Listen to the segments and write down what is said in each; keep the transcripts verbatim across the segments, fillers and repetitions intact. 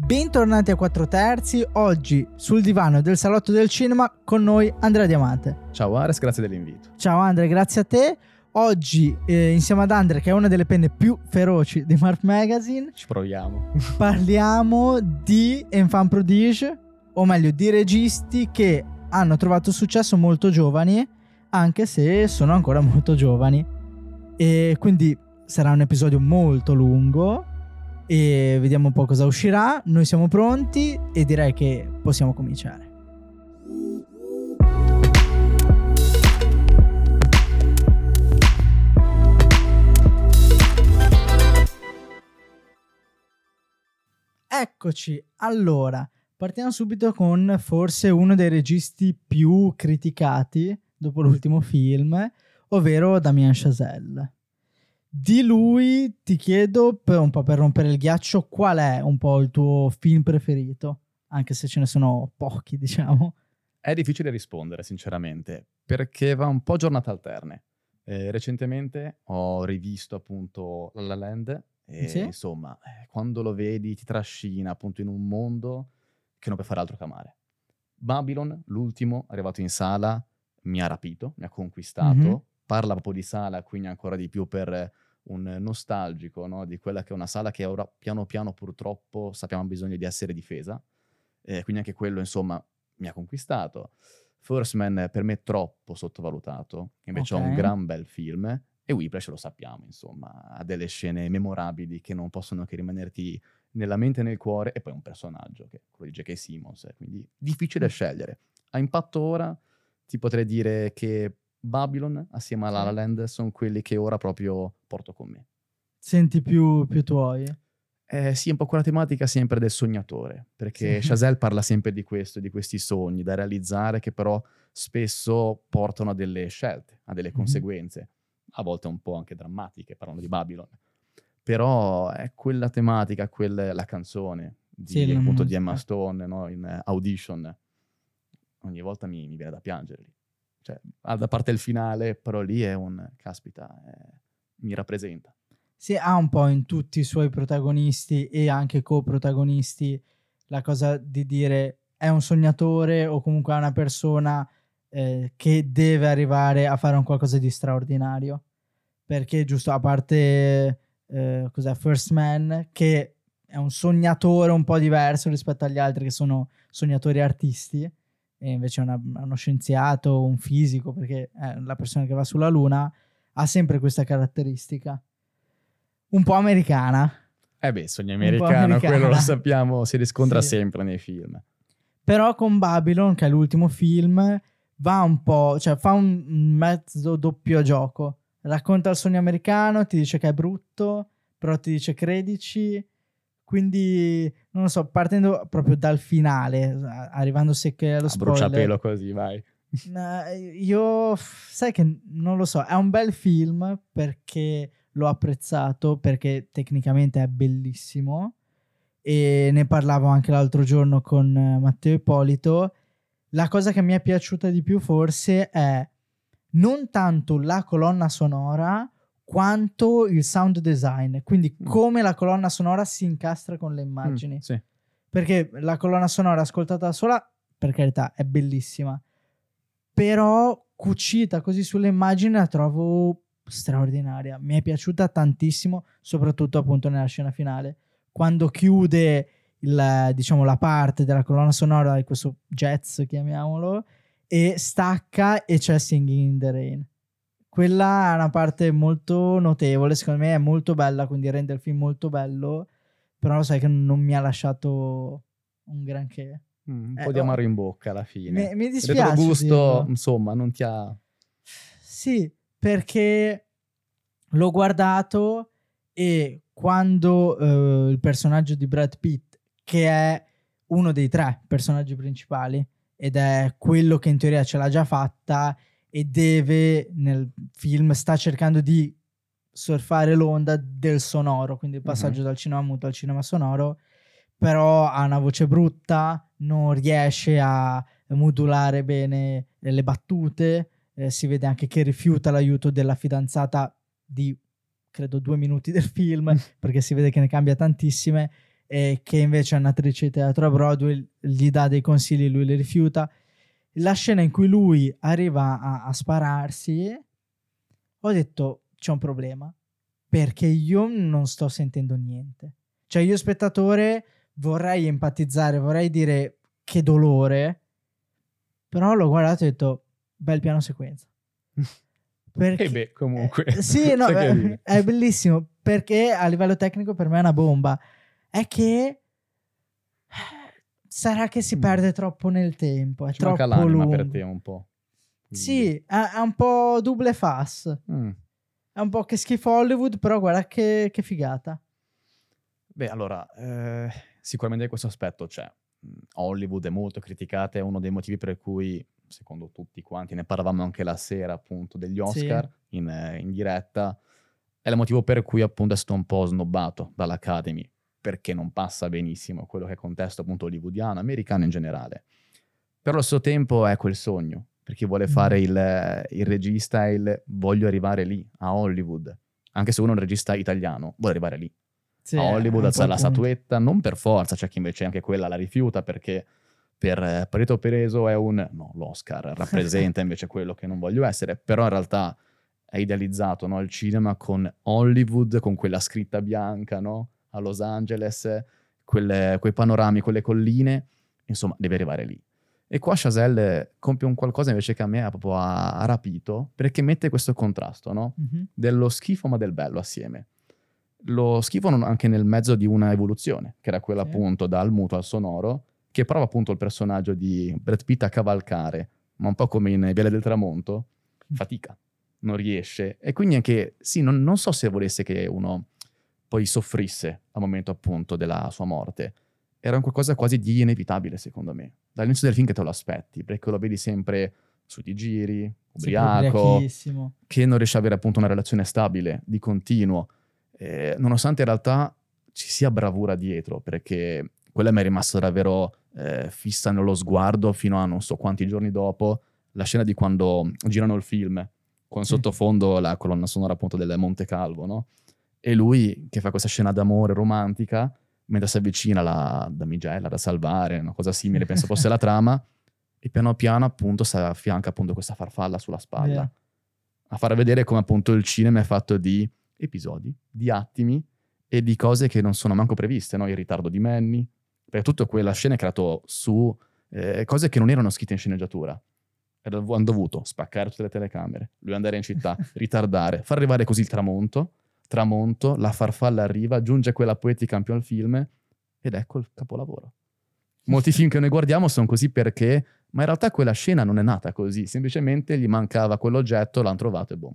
Bentornati a quattro terzi, oggi sul divano del salotto del cinema con noi Andrea Diamante. Ciao Ares, grazie dell'invito. Ciao Andrea, grazie a te. Oggi eh, insieme ad Andrea, che è una delle penne più feroci di Mark Magazine, ci proviamo. Parliamo di enfant prodige, o meglio di registi che hanno trovato successo molto giovani, anche se sono ancora molto giovani. E quindi sarà un episodio molto lungo e vediamo un po' cosa uscirà. Noi siamo pronti e direi che possiamo cominciare. Eccoci, allora partiamo subito con forse uno dei registi più criticati dopo l'ultimo film, ovvero Damien Chazelle. Di lui ti chiedo, per un po' per rompere il ghiaccio, qual è un po' il tuo film preferito? Anche se ce ne sono pochi, diciamo. È difficile rispondere, sinceramente, perché va un po' giornate alterne. Eh, recentemente ho rivisto appunto La La Land e Sì? insomma, eh, quando lo vedi ti trascina appunto in un mondo che non puoi fare altro che amare. Babylon, l'ultimo, arrivato in sala, mi ha rapito, mi ha conquistato. Mm-hmm. Parla proprio di sala, quindi ancora di più per un nostalgico, no? Di quella che è una sala che ora piano piano purtroppo sappiamo ha bisogno di essere difesa. Eh, quindi anche quello, insomma, mi ha conquistato. First Man per me è troppo sottovalutato, invece okay. È un gran bel film. E Whiplash lo sappiamo, insomma, ha delle scene memorabili che non possono che rimanerti nella mente e nel cuore, e poi un personaggio, che è quello di J K. Simmons, quindi difficile mm. scegliere. A impatto ora ti potrei dire che Babylon assieme a La La Land sono quelli che ora proprio porto con me. Senti più, più tuoi? Eh, sì, un po' quella tematica sempre del sognatore, perché sì. Chazelle parla sempre di questo, di questi sogni da realizzare che però spesso portano a delle scelte, a delle mm-hmm. conseguenze, a volte un po' anche drammatiche, parlano di Babylon. Però è quella tematica, quella, la canzone di, sì, appunto, di Emma Stone, no? In Audition, ogni volta mi, mi viene da piangere lì. Cioè, da parte il finale, però lì è un, caspita, è, mi rappresenta. Sì, ha un po' in tutti i suoi protagonisti e anche coprotagonisti la cosa di dire è un sognatore o comunque è una persona eh, che deve arrivare a fare un qualcosa di straordinario. Perché giusto, a parte eh, cos'è, First Man, che è un sognatore un po' diverso rispetto agli altri che sono sognatori artisti, e invece è una, uno scienziato, un fisico, perché è la persona che va sulla Luna, ha sempre questa caratteristica un po' americana. Eh beh, sogno americano, quello lo sappiamo, si riscontra sì. sempre nei film. Però con Babylon, che è l'ultimo film, va un po', cioè fa un mezzo doppio gioco. Racconta il sogno americano, ti dice che è brutto, però ti dice credici. Quindi, non lo so, partendo proprio dal finale, arrivando secco allo spoiler. Bruciapelo così, vai. Io, sai che non lo so, è un bel film perché l'ho apprezzato, perché tecnicamente è bellissimo. E ne parlavo anche l'altro giorno con Matteo Ippolito. La cosa che mi è piaciuta di più forse è non tanto la colonna sonora quanto il sound design, quindi mm. come la colonna sonora si incastra con le immagini. Mm, sì. Perché la colonna sonora ascoltata da sola, per carità, è bellissima, però cucita così sulle immagini la trovo straordinaria. Mi è piaciuta tantissimo, soprattutto appunto nella scena finale, quando chiude il, diciamo, la parte della colonna sonora di questo jazz, chiamiamolo, e stacca e c'è Singing in the Rain. Quella è una parte molto notevole, secondo me è molto bella, quindi rende il film molto bello, però lo sai che non mi ha lasciato un granché. Mm, un eh, po' di amaro in bocca alla fine. Mi, mi dispiace. Il tuo gusto, dirlo. insomma, non ti ha... Sì, perché l'ho guardato e quando uh, il personaggio di Brad Pitt, che è uno dei tre personaggi principali, ed è quello che in teoria ce l'ha già fatta e deve, nel film, sta cercando di surfare l'onda del sonoro, quindi il passaggio uh-huh. dal cinema muto al cinema sonoro, però ha una voce brutta, non riesce a modulare bene le battute, eh, si vede anche che rifiuta l'aiuto della fidanzata di, credo, due minuti del film, perché si vede che ne cambia tantissime, e che invece è un'attrice di teatro a Broadway, gli dà dei consigli, lui li rifiuta. La scena in cui lui arriva a, a spararsi, ho detto c'è un problema, perché io non sto sentendo niente. Cioè io spettatore vorrei empatizzare, vorrei dire che dolore, però l'ho guardato e ho detto bel piano sequenza. Perché, E beh, comunque. eh, sì, no, Sai che eh, dire. è bellissimo, perché a livello tecnico per me è una bomba. È che eh, sarà che si Mm. perde troppo nel tempo, è Ci manca troppo l'anima lungo. per te un po'. Quindi- Sì, è, è un po' double fast. Mm. È un po' che schifo Hollywood, però guarda che, che figata. Beh, allora, eh, sicuramente questo aspetto c'è. Mm, Hollywood è molto criticata, è uno dei motivi per cui, secondo tutti quanti, ne parlavamo anche la sera appunto degli Oscar in, eh, in diretta, è il motivo per cui appunto è stato un po' snobbato dall'Academy, perché non passa benissimo quello che è il contesto appunto hollywoodiano, americano in generale. Però allo stesso tempo è quel sogno, per chi vuole Mm. fare il, il regista, è il voglio arrivare lì, a Hollywood. Anche se uno è un regista italiano, vuole arrivare lì. Sì, A è Hollywood un c'è po' la il punto. statuetta, non per forza, c'è chi invece anche quella la rifiuta perché per eh, Pareto Pereso è un no, l'Oscar rappresenta invece quello che non voglio essere, però in realtà è idealizzato, no, il cinema con Hollywood, con quella scritta bianca, no, a Los Angeles, quelle, quei panorami, quelle colline, insomma, deve arrivare lì. E qua Chazelle compie un qualcosa invece che a me ha proprio ha, ha rapito, perché mette questo contrasto, no? Mhm. Dello schifo ma del bello assieme. Lo schifo non- anche nel mezzo di una evoluzione, che era quella Sì. appunto dal muto al sonoro, che prova appunto il personaggio di Brad Pitt a cavalcare, ma un po' come in Viale del Tramonto, fatica, non riesce. E quindi anche, sì, non, non so se volesse che uno poi soffrisse al momento appunto della sua morte. Era un qualcosa quasi di inevitabile, secondo me. Dall'inizio del film che te lo aspetti, perché lo vedi sempre su di giri, Sempre ubriaco, ubriachissimo. che non riesce ad avere appunto una relazione stabile, di continuo. Eh, nonostante in realtà ci sia bravura dietro, perché quella mi è rimasta davvero eh, fissa nello sguardo fino a non so quanti giorni dopo, la scena di quando girano il film, con Sì. sottofondo la colonna sonora appunto del Monte Calvo, no? E lui che fa questa scena d'amore romantica, mentre si avvicina la damigella da salvare, una cosa simile, penso fosse la trama, e piano piano appunto si affianca appunto questa farfalla sulla spalla, Vero. a far vedere come appunto il cinema è fatto di episodi, di attimi e di cose che non sono manco previste, no? Il ritardo di Manny, perché tutta quella scena è creato su eh, cose che non erano scritte in sceneggiatura. Hanno dovuto spaccare tutte le telecamere, lui andare in città, ritardare, far arrivare così il tramonto, tramonto, la farfalla arriva, giunge quella poetica in più al film ed ecco il capolavoro. Molti film che noi guardiamo sono così perché, ma in realtà quella scena non è nata così, semplicemente gli mancava quell'oggetto, l'hanno trovato e boom.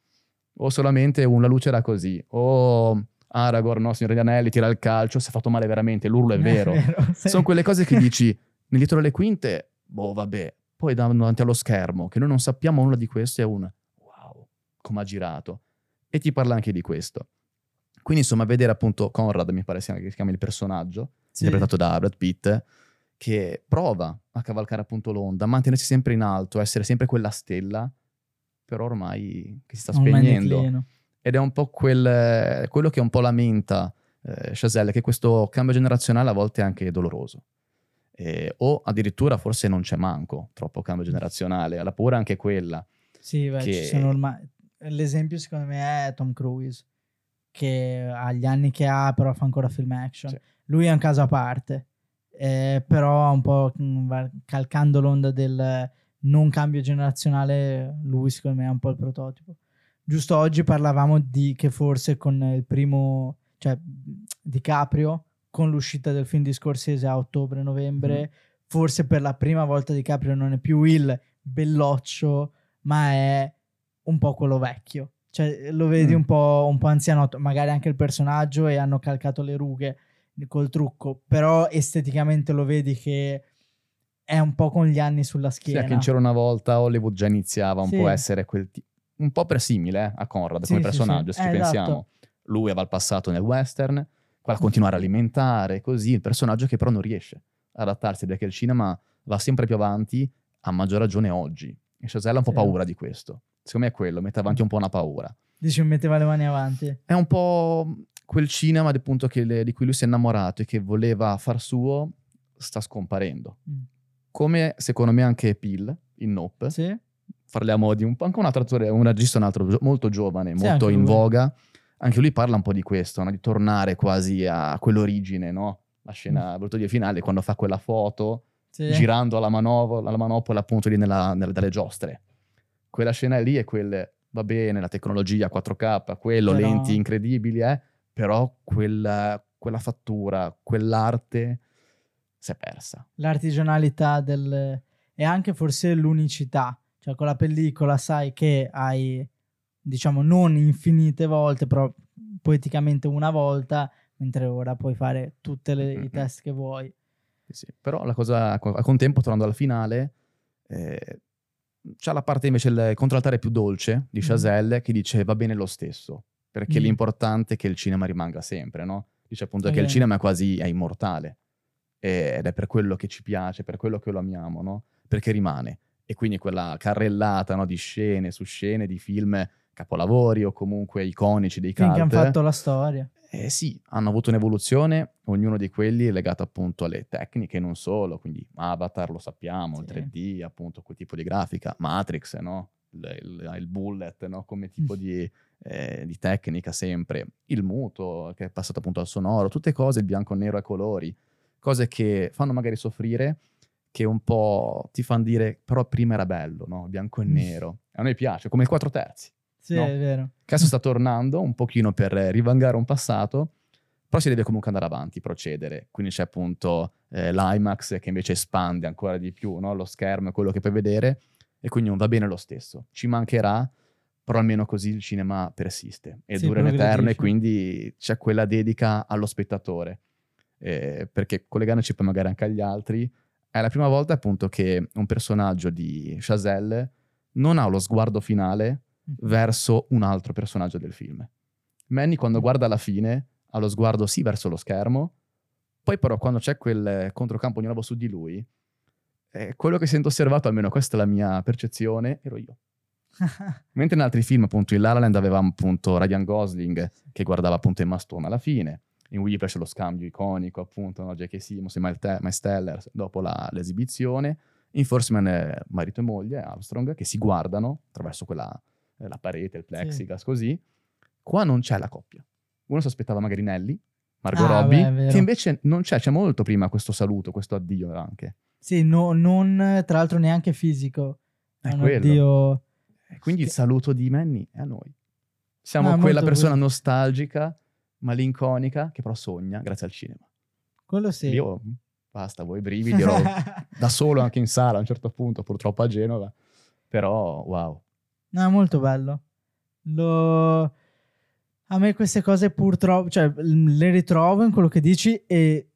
O solamente una luce era così, o Aragorn, no, Signore degli Anelli, tira il calcio, si è fatto male veramente, l'urlo è vero. sì. Sono quelle cose che dici, nel dietro le quinte, boh vabbè, poi davanti allo schermo, che noi non sappiamo nulla di questo, è un wow, come ha girato. E ti parla anche di questo. Quindi insomma vedere appunto Conrad, mi pare sia che si chiama il personaggio, Sì. interpretato da Brad Pitt, che prova a cavalcare appunto l'onda, a mantenersi sempre in alto, a essere sempre quella stella, però ormai che si sta Ormai in spegnendo. declino. Ed è un po' quel, quello che un po' lamenta eh, Chazelle, che questo cambio generazionale a volte è anche doloroso. Eh, o addirittura forse non c'è manco troppo cambio generazionale, alla paura anche quella. Sì, beh, che... ci sono ormai... L'esempio secondo me è Tom Cruise, che ha gli anni che ha, però fa ancora film action. Sì. Lui è un caso a parte, eh, però un po' mh, calcando l'onda del non cambio generazionale, lui secondo me è un po' il prototipo. Giusto oggi parlavamo di che forse con il primo, cioè DiCaprio, con l'uscita del film di Scorsese a ottobre-novembre, mm. forse per la prima volta DiCaprio non è più il belloccio, ma è un po' quello vecchio. Cioè lo vedi mm. un po', un po' anzianotto, magari anche il personaggio, e hanno calcato le rughe col trucco, però esteticamente lo vedi che è un po' con gli anni sulla schiena. Sì, che c'era una volta Hollywood già iniziava un sì. po' a essere quel tipo, un po' per simile eh, a Conrad sì, come sì, personaggio, sì. se ci eh, pensiamo. Esatto. Lui aveva il passato nel western, qua continuare a alimentare, così, il personaggio che però non riesce a adattarsi, perché il cinema va sempre più avanti, a maggior ragione oggi. E Chazelle ha un po' sì. paura di questo. Secondo me è quello, mette avanti un po' una paura. Dici, metteva le mani avanti. È un po' quel cinema appunto che le, di cui lui si è innamorato e che voleva far suo sta scomparendo. Mm. Come secondo me anche Peele in Nope. Sì. Parliamo di un, anche un altro attore, un regista un altro, molto giovane, Sì, molto anche in lui. voga. Anche lui parla un po' di questo, no? Di tornare quasi a quell'origine, no? La scena, Mm. brutto di finale, quando fa quella foto, Sì. girando alla manovola, alla manopola appunto lì nella, nella, dalle giostre. Quella scena lì è quel, va bene, la tecnologia quattro K, quello, Però- lenti incredibili, eh? Però quella, quella fattura, quell'arte si è persa. L'artigianalità del... e anche forse l'unicità. Cioè con la pellicola sai che hai, diciamo, non infinite volte, però poeticamente una volta, mentre ora puoi fare tutti Mm-hmm. i test che vuoi. Sì, sì. Però la cosa, a contempo, tornando alla finale, eh, c'ha la parte invece, il contraltare più dolce di Chazelle, mm. che dice va bene lo stesso, perché Mm. l'importante è che il cinema rimanga sempre, no? Dice appunto È che vero. il cinema è quasi è immortale, ed è per quello che ci piace, per quello che lo amiamo, no? Perché rimane. E quindi quella carrellata, no, di scene su scene, di film capolavori o comunque iconici dei cult. Finché hanno fatto la storia. Eh sì, hanno avuto un'evoluzione, ognuno di quelli è legato appunto alle tecniche, non solo, quindi Avatar lo sappiamo, sì. Il tre D, appunto quel tipo di grafica, Matrix, no? Il, il, il bullet, no? Come tipo mm. di, eh, di tecnica sempre, il muto che è passato appunto al sonoro, tutte cose, il bianco, nero e colori, cose che fanno magari soffrire, che un po' ti fanno dire però prima era bello, no? Bianco e nero. A noi piace, come il quattro terzi. Sì, no? È vero. Che adesso sta tornando un pochino per rivangare un passato, però si deve comunque andare avanti, procedere. Quindi c'è appunto eh, l'IMAX che invece espande ancora di più, no? Lo schermo è quello che puoi vedere, e quindi non va bene lo stesso. Ci mancherà, però almeno così il cinema persiste e sì, dura in eterno, e quindi c'è quella dedica allo spettatore. Eh, perché collegandoci poi magari anche agli altri, è la prima volta appunto che un personaggio di Chazelle non ha lo sguardo finale verso un altro personaggio del film. Manny quando guarda alla fine ha lo sguardo sì verso lo schermo, poi però quando c'è quel controcampo di nuovo su di lui, eh, quello che sento osservato, almeno questa è la mia percezione, ero io. Mentre in altri film, appunto in La La Land avevamo appunto Ryan Gosling che guardava appunto Emma Stone alla fine, in Whiplash lo scambio iconico appunto, no? J K. Simmons e Miles Teller dopo la, l'esibizione, in First Man eh, marito e moglie Armstrong che si guardano attraverso quella la parete, il plexiglass, sì. Così. Qua non c'è la coppia. Uno si aspettava magari Nelly, Margot ah, Robbie, beh, che invece non c'è, c'è molto prima questo saluto, questo addio anche. Sì, no, non tra l'altro neanche fisico. È un addio... E quindi che... il saluto di Manny è a noi. Siamo ah, quella persona bello. nostalgica, malinconica, che però sogna grazie al cinema. Quello sì. Io, basta, voi brividi, ero da solo anche in sala a un certo punto, purtroppo a Genova, però wow. No, è molto bello. Lo... A me queste cose purtroppo, cioè, le ritrovo in quello che dici, e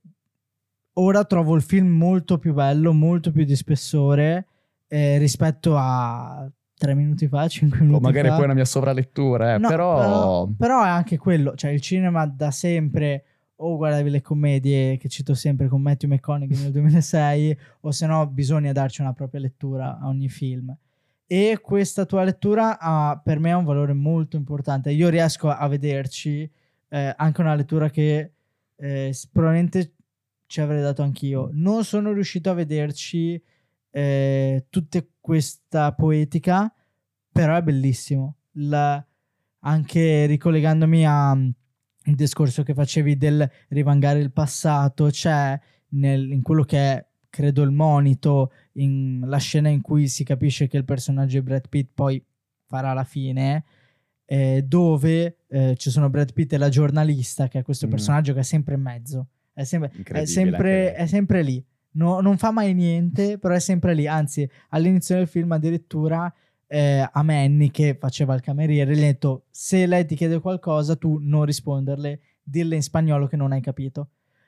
ora trovo il film molto più bello, molto più di spessore eh, rispetto a tre minuti fa, cinque minuti fa. O magari fa. poi una mia sovralettura, eh, no, però... però... Però è anche quello, cioè il cinema da sempre, o guardavi le commedie che cito sempre con Matthew McConaughey nel duemilasei, o se no bisogna darci una propria lettura a ogni film. E questa tua lettura ha per me ha un valore molto importante. Io riesco a vederci eh, anche una lettura che eh, probabilmente ci avrei dato anch'io. Non sono riuscito a vederci eh, tutta questa poetica, però è bellissimo. La, anche ricollegandomi al discorso che facevi del rivangare il passato, c'è nel, in quello che è credo il monito, in la scena in cui si capisce che il personaggio di Brad Pitt poi farà la fine, eh, dove eh, ci sono Brad Pitt e la giornalista, che è questo mm. personaggio che è sempre in mezzo, è sempre, è sempre, è sempre lì, no, non fa mai niente, però è sempre lì. Anzi, all'inizio del film addirittura eh, a Manny, che faceva il cameriere, gli ha detto: se lei ti chiede qualcosa tu non risponderle, dirle in spagnolo che non hai capito.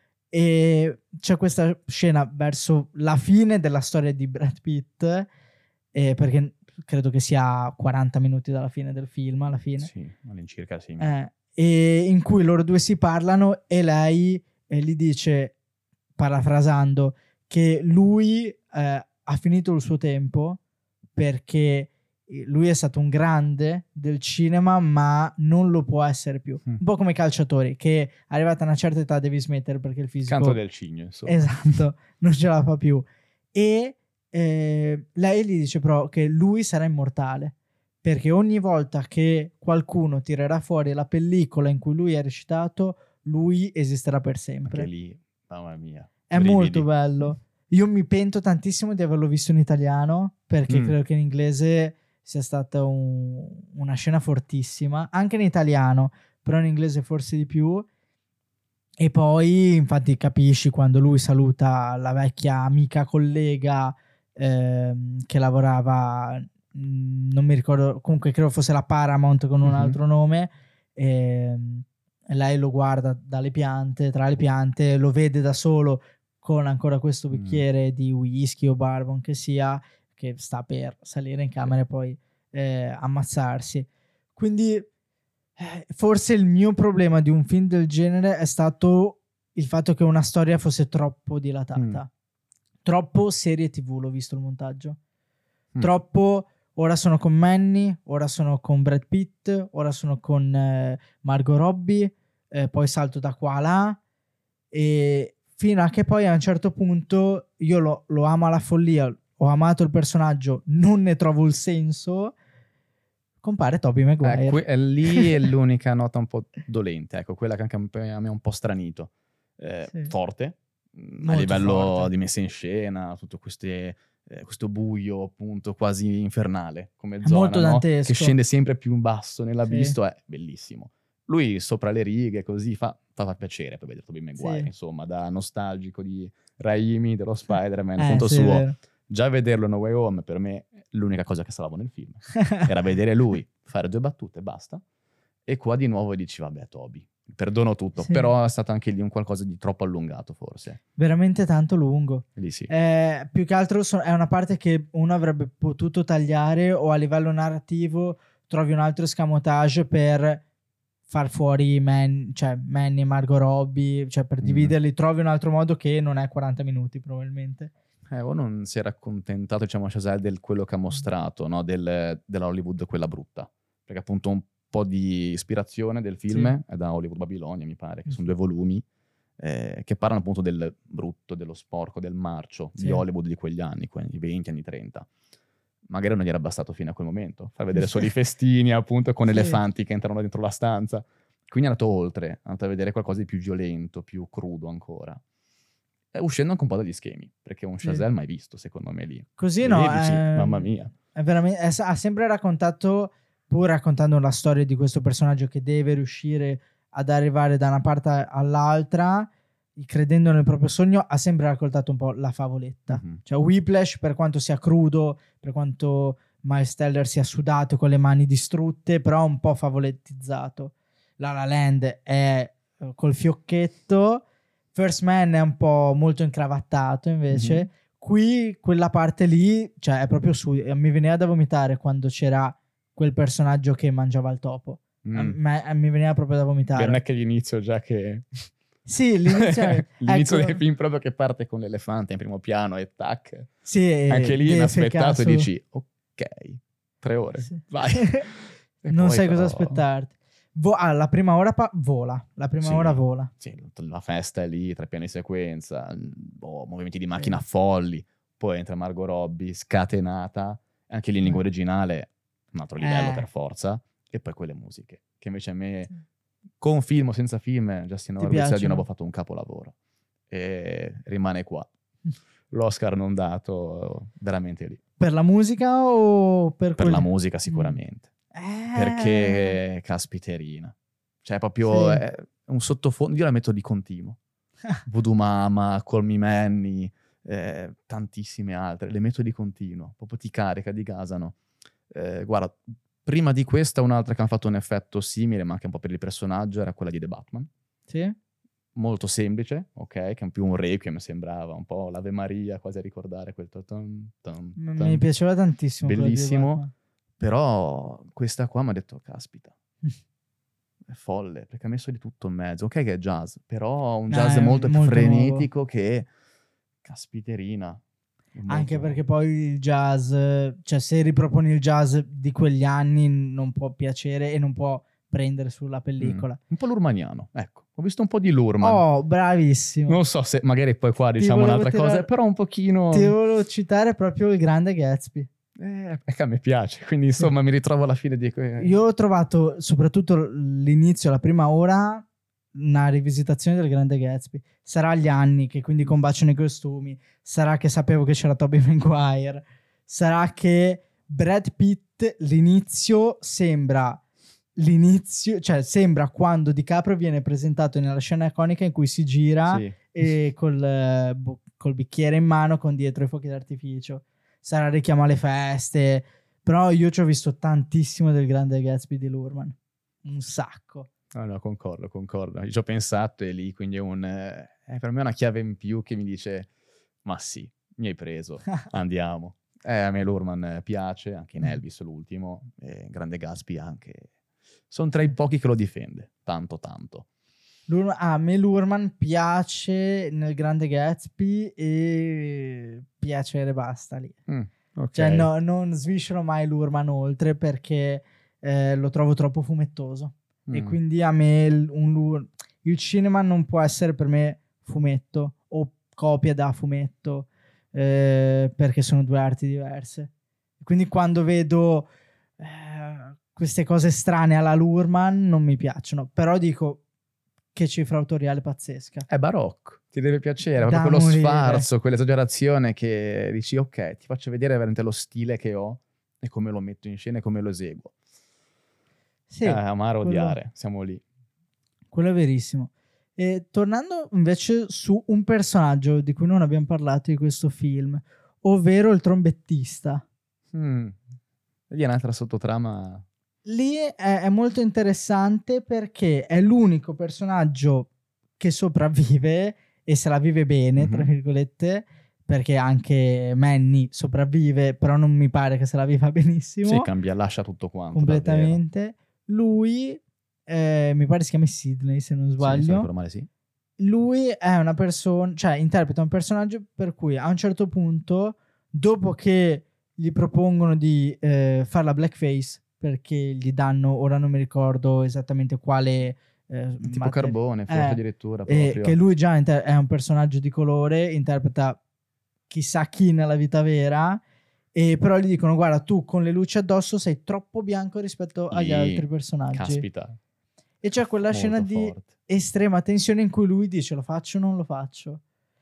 E c'è questa scena verso la fine della storia di Brad Pitt, eh, perché credo che sia quaranta minuti dalla fine del film, alla fine. Sì, all'incirca sì. Eh, e in cui loro due si parlano e lei eh, gli dice, parafrasando, che lui eh, ha finito il suo tempo perché lui è stato un grande del cinema, ma non lo può essere più. Mm. Un po' come i calciatori, che arrivata a una certa età devi smettere perché il fisico... Canto del cigno, insomma. Esatto, non ce la fa più. E eh, lei gli dice però che lui sarà immortale, perché ogni volta che qualcuno tirerà fuori la pellicola in cui lui è recitato, lui esisterà per sempre. Anche lì, mamma mia. È brividi. molto bello. Io mi pento tantissimo di averlo visto in italiano, perché Mm. credo che in inglese sia stata un- una scena fortissima, anche in italiano, però in inglese forse di più. E poi infatti capisci quando lui saluta la vecchia amica collega ehm, che lavorava, mh, non mi ricordo, comunque credo fosse la Paramount con un Mhm. altro nome, ehm, e lei lo guarda dalle piante, tra le piante, lo vede da solo con ancora questo Mm. bicchiere di whisky o bourbon che sia, che sta per salire in camera e poi eh, ammazzarsi. Quindi eh, forse il mio problema di un film del genere è stato il fatto che una storia fosse troppo dilatata. Troppo serie tivù, l'ho visto il montaggio. Mm. Troppo, ora sono con Manny, ora sono con Brad Pitt, ora sono con eh, Margot Robbie, eh, poi salto da qua a là, e fino a che poi a un certo punto io lo, lo amo alla follia, ho amato il personaggio, non ne trovo il senso, compare Tobey Maguire. Eh, que- è lì è l'unica nota un po' dolente, ecco, quella che anche a me a me ha un po' stranito. Eh, Sì. Forte, mh, a Molto livello forte. di messa in scena, tutto queste, eh, questo buio appunto quasi infernale come È zona, molto no? dantesco. Che scende sempre più in basso nell'abisso, Sì. è bellissimo. Lui sopra le righe così fa, fa, fa piacere per vedere Tobey Maguire, Sì. insomma, da nostalgico di Raimi, dello Spider-Man, Eh, conto sì, è suo. vero. Già vederlo in No Way Home per me l'unica cosa che salvavo nel film era vedere lui fare due battute e basta, e qua di nuovo dici vabbè Toby, perdono tutto, Sì. però è stato anche lì un qualcosa di troppo allungato forse, Veramente tanto lungo. lì sì. Eh, più che altro so- è una parte che uno avrebbe potuto tagliare, o a livello narrativo trovi un altro escamotage per far fuori Man, cioè Manny e Margot Robbie, cioè per Mm. dividerli, trovi un altro modo che non è quaranta minuti probabilmente. Eh, o non si era accontentato, diciamo, Chazelle del quello che ha mostrato, no? Del, della Hollywood quella brutta, perché appunto un po' di ispirazione del film Sì. è da Hollywood Babilonia, mi pare, che sono Mhm. due volumi eh, che parlano appunto del brutto, dello sporco, del marcio Sì. di Hollywood di quegli anni, quegli venti, anni trenta. Magari non gli era bastato fino a quel momento, far vedere solo i festini appunto con Sì. elefanti che entrano dentro la stanza. Quindi è andato oltre, è andato a vedere qualcosa di più violento, più crudo ancora. E uscendo anche un po' dagli schemi, perché un Sì. Chazelle mai visto, secondo me, lì. Così Lì no, dici, ehm, mamma mia. è veramente, è- ha sempre raccontato, pur raccontando la storia di questo personaggio che deve riuscire ad arrivare da una parte all'altra, credendo nel proprio sogno, ha sempre raccontato un po' la favoletta. Mhm. Cioè Whiplash, per quanto sia crudo, per quanto Miles Teller sia sudato con le mani distrutte, però un po' favolettizzato. La La Land è eh, col fiocchetto, First Man è un po' molto incravattato invece. Mhm. Qui quella parte lì, cioè è proprio su, mi veniva da vomitare quando c'era quel personaggio che mangiava il topo. Mm. A me- a- mi veniva proprio da vomitare. Non è che l'inizio già che... Sì, l'inizio, l'inizio ecco, del film proprio che parte con l'elefante in primo piano e tac. sì, Anche lì defeca inaspettato su- e dici, ok, tre ore, Sì. vai. E non poi sai cosa però- aspettarti. Vo- ah, la prima ora pa- vola, la prima Sì, ora vola. Sì, la festa è lì, tre piani di sequenza, boh, movimenti di macchina Sì. folli, poi entra Margot Robbie scatenata, anche lì in lingua Eh. originale, un altro livello Eh. per forza, e poi quelle musiche, che invece a me, Sì. con film o senza film, Justin Ti Horwitz ha di piacciono? nuovo fatto un capolavoro, e rimane qua. L'Oscar non dato, veramente lì. Per la musica o per, Per quel- la musica sicuramente. Eh. Perché caspiterina, cioè proprio Sì. è un sottofondo, io la metto di continuo. Voodoo Mama, Call Me Manny, eh, tantissime altre, le metto di continuo, proprio ti carica, ti gasano. Eh, guarda, prima di questa un'altra che hanno fatto un effetto simile, ma anche un po' per il personaggio, era quella di The Batman. Sì? Molto semplice, ok, che è più un requiem, sembrava un po' l'Ave Maria, quasi a ricordare quel ton, ton, ton, M- ton. mi piaceva tantissimo quello di Bellissimo. Batman. Però questa qua mi ha detto, caspita, è folle, perché ha messo di tutto in mezzo. Ok che è jazz, però un No, jazz è molto, più molto frenetico che caspiterina. Molto... Anche perché poi il jazz, cioè se riproponi il jazz di quegli anni non può piacere e non può prendere sulla pellicola. Mm. Un po' lurmaniano, ecco. Ho visto un po' di Lurman. Oh, bravissimo. Non so se magari poi qua diciamo un'altra tirare... cosa, però un pochino... Ti volevo citare proprio il grande Gatsby. Eh, è che a me piace, quindi insomma mi ritrovo alla fine di... Io ho trovato, soprattutto l'inizio, la prima ora, una rivisitazione del grande Gatsby. Sarà gli anni che quindi combaciano i costumi, sarà che sapevo che c'era Tobey Maguire, sarà che Brad Pitt l'inizio sembra l'inizio, cioè sembra quando DiCaprio viene presentato nella scena iconica in cui si gira Sì. e col, col bicchiere in mano con dietro i fuochi d'artificio. Sarà richiamo alle feste, però io ci ho visto tantissimo del grande Gatsby di Lurman, un sacco. No, no, concordo, concordo. Io ci ho pensato e lì quindi è un... Eh, per me è una chiave in più che mi dice ma sì, mi hai preso, andiamo. Eh, a me Lurman piace, anche in Elvis l'ultimo, e Grande Gatsby anche. Sono tra i pochi che lo difende, tanto tanto. Lurman, ah, a me Lurman piace nel Grande Gatsby e piacere basta lì. Mm, okay. Cioè no, non sviscero mai Lurman oltre perché eh, lo trovo troppo fumettoso. Mm. E quindi a me il, un, il cinema non può essere per me fumetto o copia da fumetto eh, perché sono due arti diverse. Quindi quando vedo eh, queste cose strane alla Lurman non mi piacciono, però dico che cifra autoriale pazzesca. È barocco, ti deve piacere, proprio quello morire. Sfarzo, quell'esagerazione che dici ok, ti faccio vedere veramente lo stile che ho e come lo metto in scena e come lo eseguo. Sì, eh, amare o odiare, siamo lì. Quello è verissimo. E tornando invece su un personaggio di cui non abbiamo parlato di questo film, ovvero il trombettista. Mm. Lì è un'altra sottotrama. Lì è, è molto interessante perché è l'unico personaggio che sopravvive e se la vive bene, mm-hmm. tra virgolette, perché anche Manny sopravvive, però non mi pare che se la viva benissimo. Sì, cambia, lascia tutto quanto. Completamente. Davvero. Lui, eh, mi pare si chiami Sidney se non sbaglio. Sì, male, sì. Lui è una persona, cioè interpreta un personaggio per cui a un certo punto, dopo che gli propongono di eh, fare la blackface, perché gli danno, ora non mi ricordo esattamente quale eh, tipo mater- carbone, forse eh, addirittura eh, che lui già inter- è un personaggio di colore, interpreta chissà chi nella vita vera, e però gli dicono guarda tu con le luci addosso sei troppo bianco rispetto agli e... altri personaggi. Caspita. E c'è quella Molto scena di forte. estrema tensione in cui lui dice lo faccio o non lo faccio,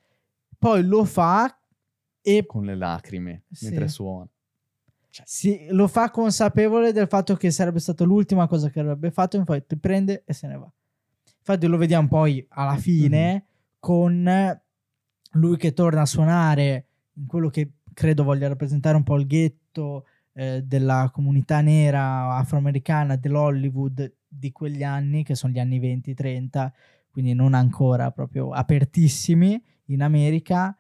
poi lo fa e con le lacrime sì. mentre suona. Cioè. Sì, lo fa consapevole del fatto che sarebbe stata l'ultima cosa che avrebbe fatto, infatti prende e se ne va. Infatti lo vediamo poi alla fine mm-hmm. con lui che torna a suonare in quello che credo voglia rappresentare un po' il ghetto eh, della comunità nera afroamericana dell'Hollywood di quegli anni, che sono gli anni venti trenta, quindi non ancora proprio apertissimi in America,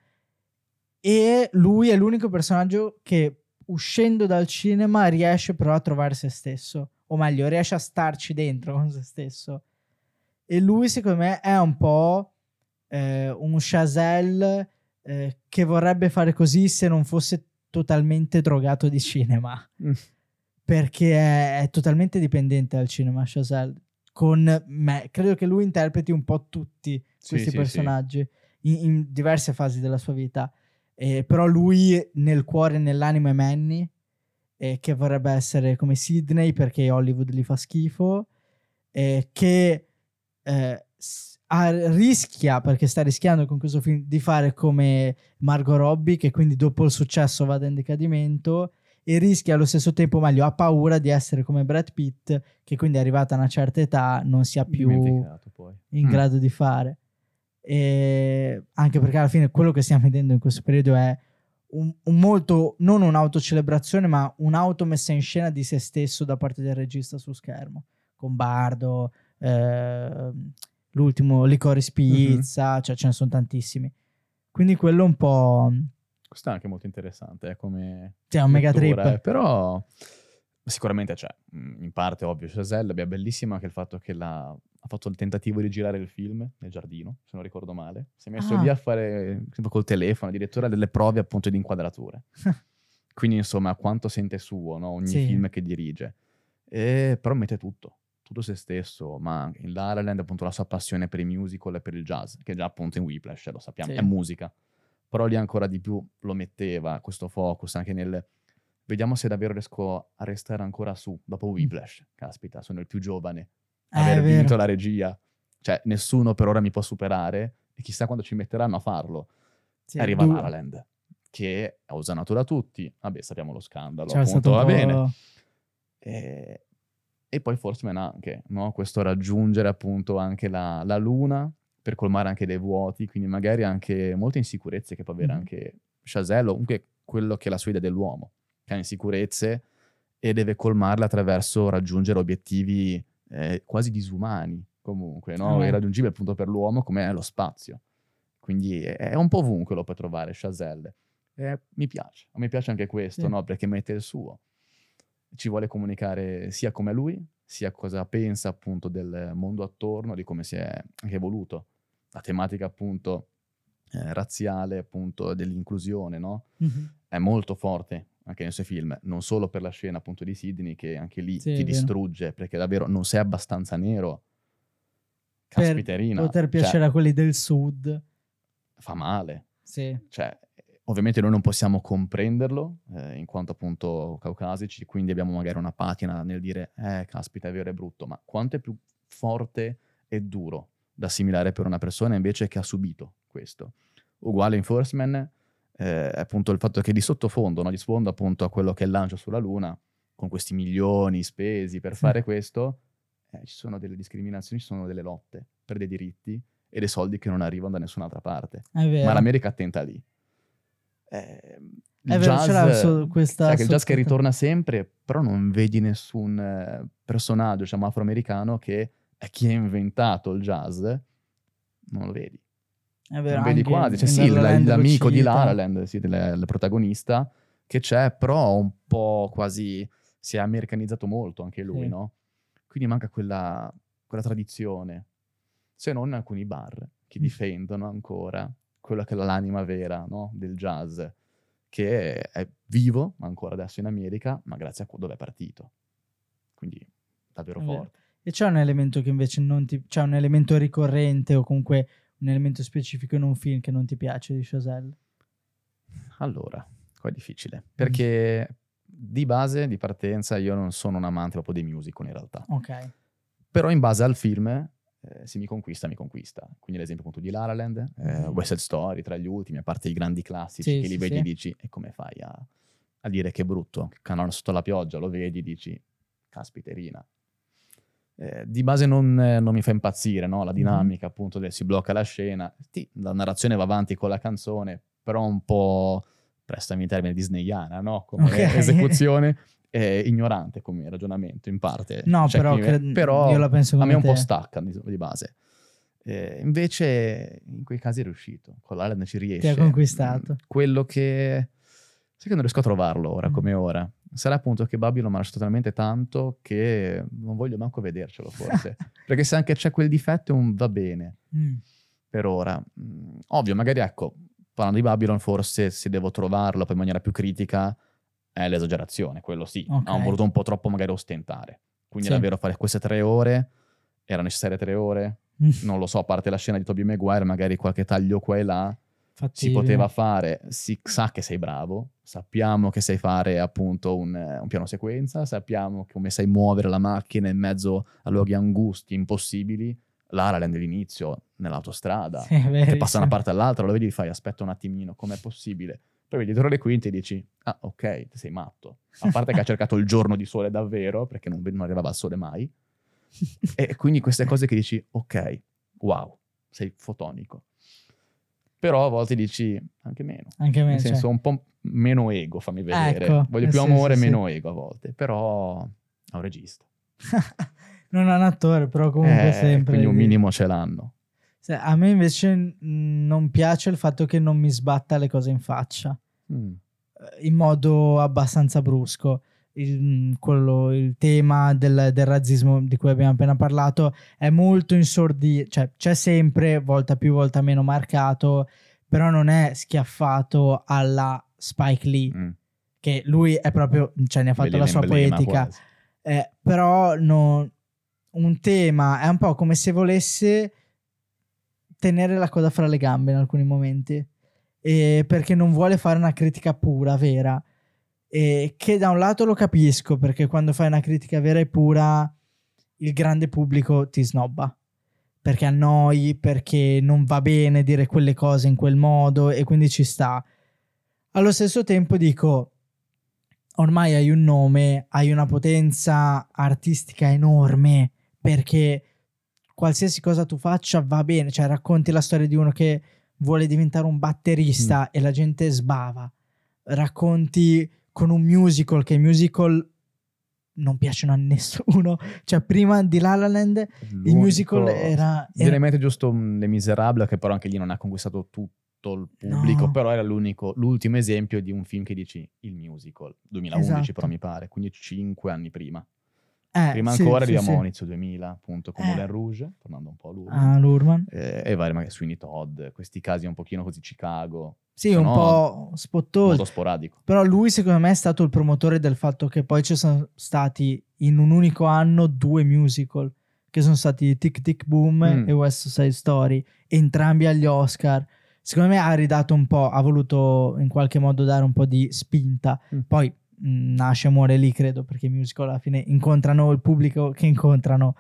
e lui è l'unico personaggio che uscendo dal cinema riesce però a trovare se stesso, o meglio riesce a starci dentro con se stesso, e lui secondo me è un po' eh, un Chazelle eh, che vorrebbe fare così se non fosse totalmente drogato di cinema mm. perché è, è totalmente dipendente dal cinema Chazelle, con me credo che lui interpreti un po' tutti questi sì, personaggi sì, sì. In, in diverse fasi della sua vita. Eh, però lui nel cuore e nell'anima è Manny, eh, che vorrebbe essere come Sidney perché Hollywood gli fa schifo, eh, che eh, a, rischia, perché sta rischiando con questo film, di fare come Margot Robbie, che quindi dopo il successo vada in decadimento, e rischia allo stesso tempo, meglio, ha paura di essere come Brad Pitt, che quindi arrivata a una certa età non sia più poi. in mm. grado di fare. E anche perché alla fine quello che stiamo vedendo in questo periodo è un, un molto, non un'autocelebrazione ma un'automessa in scena di se stesso da parte del regista su schermo, con Bardo, eh, l'ultimo Licorice Pizza, mm-hmm. cioè ce ne sono tantissimi, quindi quello un po', questo è anche molto interessante eh, come c'è un mega trip eh, però sicuramente c'è in parte ovvio Chazelle è bellissimo anche il fatto che la ha fatto il tentativo di girare il film nel giardino, se non ricordo male. Si è messo Ah. lì a fare, sempre col telefono, addirittura delle prove appunto di inquadrature. Quindi insomma quanto sente suo, no? Ogni Sì. film che dirige. E, però mette tutto, tutto se stesso, ma in La La Land appunto la sua passione per i musical e per il jazz, che già appunto in Whiplash, lo sappiamo, Sì. è musica. Però lì ancora di più lo metteva, questo focus, anche nel... Vediamo se davvero riesco a restare ancora su, dopo Whiplash. Caspita, sono il più giovane a Eh, aver è vero. vinto la regia. Cioè, nessuno per ora mi può superare, e chissà quando ci metteranno a farlo. Sì, Arriva du- La La Land, che è usato da tutti. Vabbè, sappiamo lo scandalo, C'è appunto, stato un va po'... bene. E, e poi Forceman anche, no? Questo raggiungere appunto anche la, la luna, per colmare anche dei vuoti, quindi magari anche molte insicurezze che può avere Mhm. anche Chazelle, o comunque quello che è la sua idea dell'uomo, che ha insicurezze e deve colmarle attraverso raggiungere obiettivi eh, quasi disumani, comunque, no? Ah. Irraggiungibile appunto per l'uomo come è lo spazio. Quindi è, è un po' ovunque lo puoi trovare Chazelle. E mi piace, a me piace anche questo, Sì. no? Perché mette il suo. Ci vuole comunicare sia come lui, sia cosa pensa appunto del mondo attorno, di come si è anche evoluto. La tematica appunto eh, razziale, appunto dell'inclusione, no? Mhm. È molto forte anche nei suoi film, non solo per la scena appunto di Sydney, che anche lì Sì, è ti vero. distrugge, perché davvero non sei abbastanza nero. Per Caspiterina, poter piacere cioè, a quelli del sud. fa male. Sì. Cioè, ovviamente noi non possiamo comprenderlo, eh, in quanto appunto caucasici, quindi abbiamo magari una patina nel dire, eh, caspita, è vero, è brutto, ma quanto è più forte e duro da assimilare per una persona invece che ha subito questo. Uguale in Firstman, eh, appunto il fatto che di sottofondo, no, di sfondo appunto a quello che è il lancio sulla Luna, con questi milioni spesi per Sì. fare questo, eh, ci sono delle discriminazioni, ci sono delle lotte per dei diritti e dei soldi che non arrivano da nessun'altra parte. È vero. Ma l'America attenta lì. Eh, il È vero, jazz, c'era su- questa sai che il jazz che sottotitolo- ritorna sempre, però non vedi nessun eh, personaggio, diciamo, afroamericano che è chi ha inventato il jazz, non lo vedi. È vero, Non vedi anche quasi. Cioè, in sì, La La l- Land lo l'amico di cita. La La Land, sì, del, del protagonista, che c'è, però un po' quasi si è americanizzato molto anche lui, Sì. no? Quindi manca quella, quella tradizione, se non alcuni bar che Mm. difendono ancora quella che è l'anima vera, no? Del jazz, che è vivo ancora adesso in America, ma grazie a dove è partito. Quindi davvero È vero. forte. E c'è un elemento che invece non ti... c'è un elemento ricorrente o comunque un elemento specifico in un film che non ti piace di Chazelle? Allora, qua è difficile, perché di base, di partenza, io non sono un amante proprio dei musical in realtà. Ok. Però in base al film, eh, se mi conquista, mi conquista. Quindi l'esempio appunto di La La Land, eh, Mhm. West Side Story, tra gli ultimi, a parte i grandi classici Sì, che sì, li vedi sì. e dici, e come fai a, a dire che è brutto? Canone sotto la pioggia, lo vedi e dici, caspiterina. Eh, di base non, eh, non mi fa impazzire, no? La dinamica appunto del si blocca la scena, sì, la narrazione va avanti con la canzone, però un po', prestami il termine, disneyana, no? Come Ok. esecuzione, eh, ignorante come ragionamento in parte. No, Cioè, però, chi- cred- però io la penso a come me un po' te. stacca di, di base. Eh, invece in quei casi è riuscito, con la Land ci riesce. Ti ha conquistato. Mm, quello che... Sai che non riesco a trovarlo ora Mm. come ora. Sarà appunto che Babylon mi ha lasciato talmente tanto che non voglio manco vedercelo forse. Perché se anche c'è quel difetto un va bene Mm. per ora. Mm, ovvio, magari ecco, parlando di Babylon forse se devo trovarlo poi in maniera più critica è l'esagerazione, quello sì. Ok. Hanno voluto un po' troppo magari ostentare. Quindi Sì. davvero fare queste tre ore, era necessarie tre ore? Mm. Non lo so, a parte la scena di Tobey Maguire, magari qualche taglio qua e là, si Fattibile. poteva fare, si sa che sei bravo, sappiamo che sai fare appunto un, un piano sequenza, sappiamo come sai muovere la macchina in mezzo a luoghi angusti, impossibili. La La Land all'inizio, nell'autostrada, Sì, è che passa da verissimo. una parte all'altra, lo vedi e fai aspetta un attimino, com'è possibile? Poi vedi dietro le quinte e dici, ah ok, sei matto. A parte che ha cercato il giorno di sole davvero, perché non, non arrivava il sole mai. E quindi queste cose che dici, ok, wow, sei fotonico. Però a volte dici anche meno. Anche me, Nel senso, cioè. un po' meno ego, fammi vedere. Ecco, Voglio eh, più sì, amore e sì, sì. meno ego a volte. Però è un regista. Non è un attore, però comunque Eh, sempre. quindi un di- minimo ce l'hanno. Sì, a me invece mh, non piace il fatto che non mi sbatta le cose in faccia Mm. eh, in modo abbastanza brusco. il, quello, il tema del, del razzismo di cui abbiamo appena parlato è molto insordito, cioè c'è sempre, volta più, volta meno marcato, però non è schiaffato alla Spike Lee, mm. che lui è proprio, cioè ne ha fatto Vedi la sua poetica, eh, però no, un tema è un po' come se volesse tenere la coda fra le gambe in alcuni momenti, e perché non vuole fare una critica pura, vera, e che da un lato lo capisco, perché quando fai una critica vera e pura il grande pubblico ti snobba, perché annoi, perché non va bene dire quelle cose in quel modo, e quindi ci sta. Allo stesso tempo dico, ormai hai un nome, hai una potenza artistica enorme, perché qualsiasi cosa tu faccia va bene, cioè racconti la storia di uno che vuole diventare un batterista mm. e la gente sbava, racconti con un musical, che i musical non piacciono a nessuno, cioè prima di La La Land L'unico... il musical era... Viene in mente giusto Les Misérables, che però anche lì non ha conquistato tutto il pubblico, no. Però era l'unico, l'ultimo esempio di un film che dici il musical, duemilaundici esatto. Però mi pare, quindi cinque anni prima. Eh, Prima sì, ancora sì, arriviamo sì. inizio duemila, appunto, con eh. Moulin Rouge, tornando un po' a Lurman. Ah, Lurman. Eh, e vari, magari Sweeney Todd, questi casi un pochino così, Chicago. Sì, un po' spottoso. Molto sporadico. Però lui secondo me è stato il promotore del fatto che poi ci sono stati in un unico anno due musical, che sono stati Tic Tic Boom mm. e West Side Story, entrambi agli Oscar. Secondo me ha ridato un po', ha voluto in qualche modo dare un po' di spinta. Mm. Poi nasce e muore lì, credo, perché i musical alla fine incontrano il pubblico che incontrano,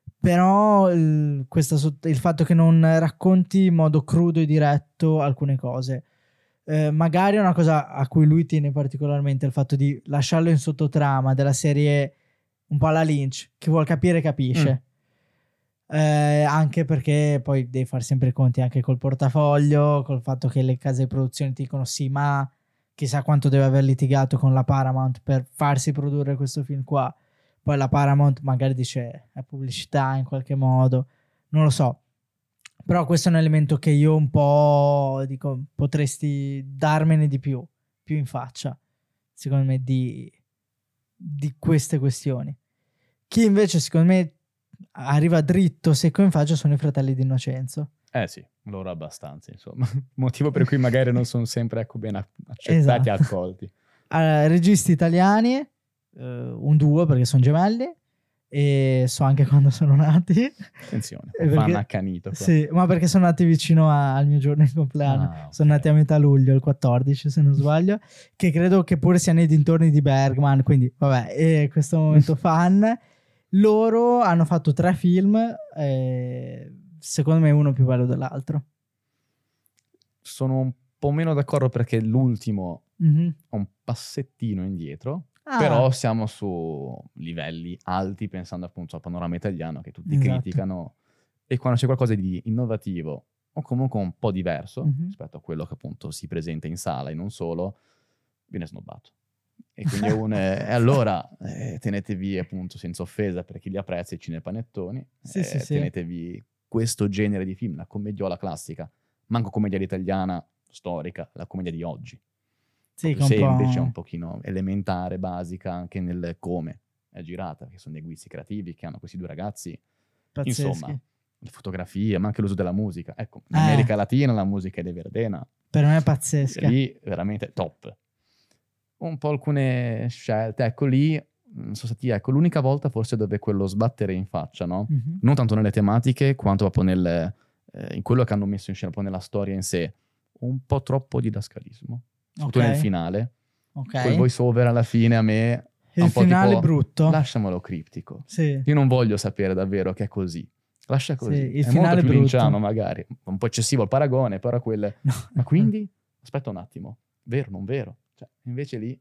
però il, questa, il fatto che non racconti in modo crudo e diretto alcune cose, eh, magari è una cosa a cui lui tiene particolarmente, il fatto di lasciarlo in sottotrama, della serie un po' alla Lynch, chi vuol capire capisce. mm. eh, anche perché poi devi fare sempre i conti anche col portafoglio, col fatto che le case di produzione ti dicono sì ma chissà quanto deve aver litigato con la Paramount per farsi produrre questo film qua. Poi la Paramount magari dice è pubblicità in qualche modo, non lo so. Però questo è un elemento che io un po' dico, potresti darmene di più, più in faccia, secondo me, di, di queste questioni. Chi invece, secondo me, arriva dritto, secco in faccia sono i fratelli di Innocenzo. Eh sì, loro abbastanza, insomma. Motivo per cui magari non sono sempre ecco, ben accettati e esatto. accolti. Allora, registi italiani, eh, un duo perché sono gemelli, e so anche quando sono nati. Attenzione, un fan accanito. Qua. Sì, ma perché sono nati vicino a, al mio giorno di compleanno. Ah, okay. Sono nati a metà luglio, il quattordici se non sbaglio, che credo che pure sia nei dintorni di Bergman, quindi vabbè, e questo momento fan. Loro hanno fatto tre film, eh, secondo me uno più bello dell'altro. Sono un po' meno d'accordo perché l'ultimo mm-hmm. ha un passettino indietro, ah. però siamo su livelli alti pensando appunto al panorama italiano che tutti esatto. criticano, e quando c'è qualcosa di innovativo o comunque un po' diverso mm-hmm. rispetto a quello che appunto si presenta in sala e non solo, viene snobbato. E quindi uno è, e allora eh, tenetevi appunto senza offesa per chi li apprezza i cinepanettoni, sì, eh, sì, sì. tenetevi questo genere di film, la commediola classica, manco commedia italiana storica, la commedia di oggi. Sì, un semplice, po'... un pochino elementare, basica anche nel come è girata, che sono dei guizzi creativi che hanno questi due ragazzi. Pazzeschi. Insomma, le fotografie, ma anche l'uso della musica. Ecco, in eh. America Latina la musica di Verdena per me è pazzesca. Lì veramente top. Un po' alcune scelte, ecco lì sono stati, ecco, l'unica volta forse dove quello sbattere in faccia, no? Mm-hmm. Non tanto nelle tematiche quanto proprio nel, eh, in quello che hanno messo in scena, proprio nella storia in sé, un po' troppo didascalismo, soprattutto okay. nel finale. Ok. Quel voice over alla fine a me il un po' finale tipo, brutto. Lasciamolo criptico. Sì. Io non voglio sapere davvero che è così. Lascia così. Sì, il è finale molto più brutto. linciano magari, un po' eccessivo il paragone, però quel no. ma quindi aspetta un attimo, vero non vero? Cioè, invece lì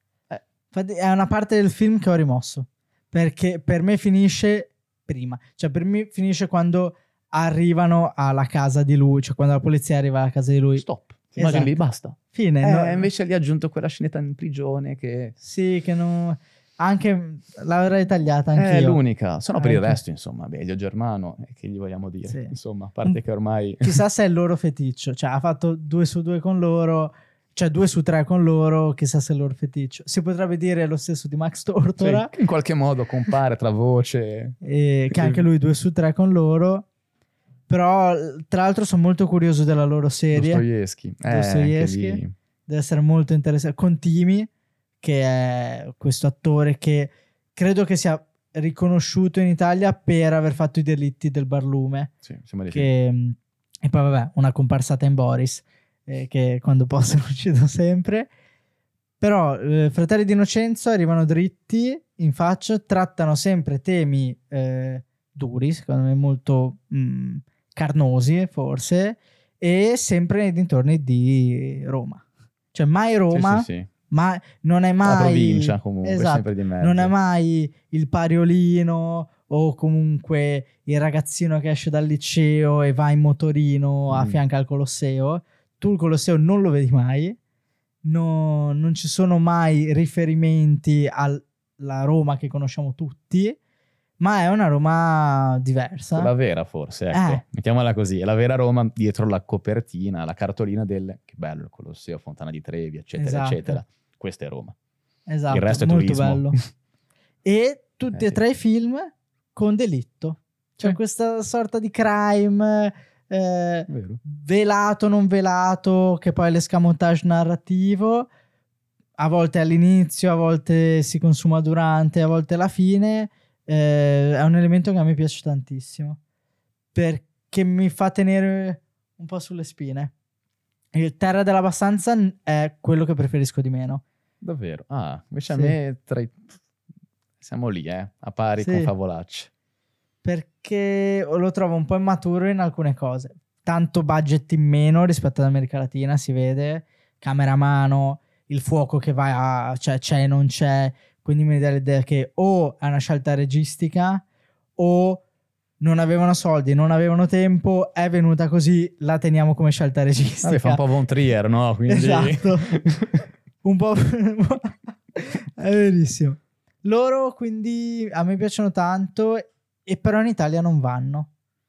è una parte del film che ho rimosso, perché per me finisce prima, cioè per me finisce quando arrivano alla casa di lui, cioè quando la polizia arriva alla casa di lui. Stop, immagini esatto. Lì basta. Fine. Eh, no? Invece gli ha aggiunto quella scenetta in prigione che... Sì, che non... Anche l'avrei tagliata anch'io. È l'unica, sono per anche. Il resto insomma, Elio Germano, che gli vogliamo dire, sì. Insomma, a parte Un... che ormai... Chissà se è il loro feticcio, cioè ha fatto due su due con loro... cioè due su tre con loro, chissà se è il loro feticcio. Si potrebbe dire lo stesso di Max Tortora, sì, in qualche modo compare tra voce e che anche lui due su tre con loro. Però tra l'altro sono molto curioso della loro serie Dostoevsky, eh, Dostoevsky. anche lì. Deve essere molto interessante, con Timi, che è questo attore che credo che sia riconosciuto in Italia per aver fatto I delitti del barlume, sì, sembra di che, sì. e poi vabbè una comparsata in Boris, eh, che quando possono uccido sempre. Però eh, Fratelli d'Innocenzo arrivano dritti in faccia, trattano sempre temi eh, duri, secondo me molto mh, carnosi forse, e sempre nei dintorni di Roma. Cioè mai Roma, Sì, sì, sì. ma non è mai la provincia comunque, esatto, sempre di mezzo. non è mai il pariolino o comunque il ragazzino che esce dal liceo e va in motorino Mm. a fianco al Colosseo. Tu il Colosseo non lo vedi mai, no, non ci sono mai riferimenti alla Roma che conosciamo tutti, ma è una Roma diversa. Quella vera forse, ecco, Eh. mettiamola così, è la vera Roma dietro la copertina, la cartolina del che bello il Colosseo, Fontana di Trevi, eccetera, Esatto. eccetera. Questa è Roma. Esatto, Il resto è molto turismo. bello. E tutti Eh, e sì. tre i film con delitto. C'è Sì. questa sorta di crime eh, Vero. velato, non velato, che poi è l'escamotage narrativo. A volte all'inizio, a volte si consuma durante, a volte alla fine. Eh, è un elemento che a me piace tantissimo, perché mi fa tenere un po' sulle spine. Il Terra dell'Abbastanza è quello che preferisco di meno. Davvero? Ah, invece Sì. a me tra i... siamo lì, eh, a pari Sì. con Favolacci. Perché lo trovo un po' immaturo in alcune cose. Tanto budget in meno rispetto ad America Latina, si vede. Camera a mano, il fuoco che va a... cioè c'è e non c'è. Quindi mi dà l'idea che o è una scelta registica o non avevano soldi, non avevano tempo, è venuta così, la teniamo come scelta registica. Vabbè, fa un po' Von Trier, no? Quindi... Esatto. Un po'... è verissimo. Loro quindi a me piacciono tanto, e però in Italia non vanno.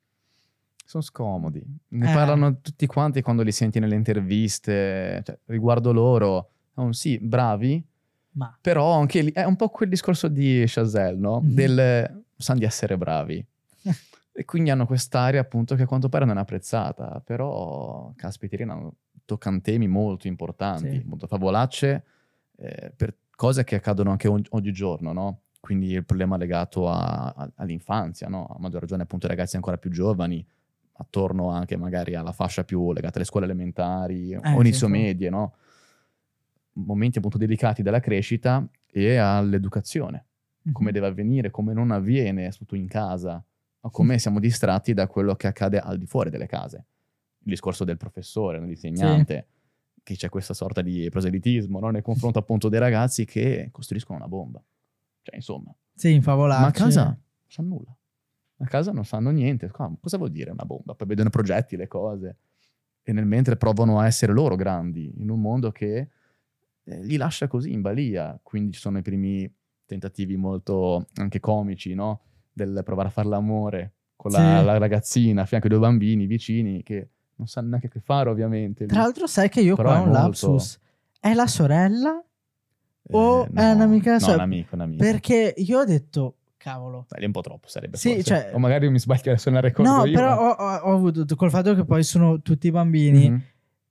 Sono scomodi. Ne Eh. parlano tutti quanti quando li senti nelle interviste. Cioè, riguardo loro, oh, sì, bravi, Ma però anche lì è un po' quel discorso di Chazelle, no? Mhm. Del sanno di essere bravi. E quindi hanno quest'area appunto che a quanto pare non è apprezzata, però caspiterina, toccano temi molto importanti, Sì. molto favolacce, eh, per cose che accadono anche ogni, ogni giorno, no? Quindi il problema legato a, a, all'infanzia, no? A maggior ragione appunto ai ragazzi ancora più giovani, attorno anche magari alla fascia più legata alle scuole elementari o inizio sì, medie, no? Momenti appunto delicati della crescita e all'educazione, Mhm. come deve avvenire, come non avviene, soprattutto in casa, o come siamo distratti da quello che accade al di fuori delle case. Il discorso del professore, dell'insegnante, sì. Che c'è questa sorta di proselitismo, no? Nei confronto appunto dei ragazzi che costruiscono una bomba. Cioè, insomma. Sì, infavolacce. Ma a casa non sanno nulla. A casa non sanno niente. Cosa vuol dire una bomba? Poi vedono i progetti, le cose. E nel mentre provano a essere loro grandi in un mondo che eh, li lascia così in balia. Quindi ci sono i primi tentativi molto anche comici, no? Del provare a fare l'amore con Sì. la, la ragazzina a fianco ai due bambini vicini che non sanno neanche che fare, ovviamente. Tra l'altro sai che io Però qua ho è un molto... lapsus. È la sorella Eh, o no, è un'amica? No, un amico, un amico. Perché io ho detto, cavolo. È un po' troppo, sarebbe Sì, forse. cioè... O magari mi sbaglio adesso nel ricordo No, io. però ma... ho, ho, ho avuto, col fatto che poi sono tutti bambini, Mm-hmm.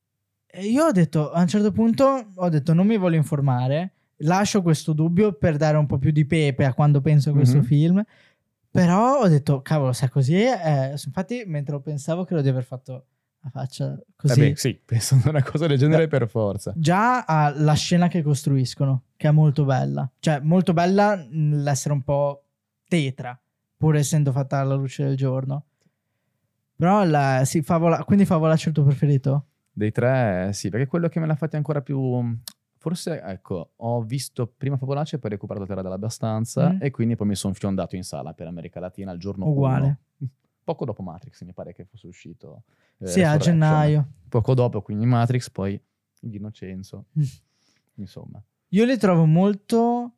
e io ho detto, a un certo punto, ho detto non mi voglio informare, lascio questo dubbio per dare un po' più di pepe a quando penso a questo Mm-hmm. film, però ho detto, cavolo, se è così, eh, infatti mentre lo pensavo credo di aver fatto la faccia così. Vabbè, sì, pensando a una cosa del genere per forza. Già alla scena che costruiscono, che è molto bella, cioè molto bella l'essere un po' tetra, pur essendo fatta alla luce del giorno. Però la, sì, favola, quindi Favolacci è il tuo preferito? Dei tre, sì, perché quello che me l'ha fatti ancora più... Forse, ecco, ho visto prima Favolacci e poi recuperato Terra dell'Abbastanza, Mm. e quindi poi mi sono fiondato in sala per America Latina il giorno Uguale. uno. Poco dopo Matrix, mi pare che fosse uscito. Eh, Sì, a Resurrection. gennaio. Poco dopo, quindi Matrix, poi Di Innocenzo. Mm. Insomma. Io li trovo molto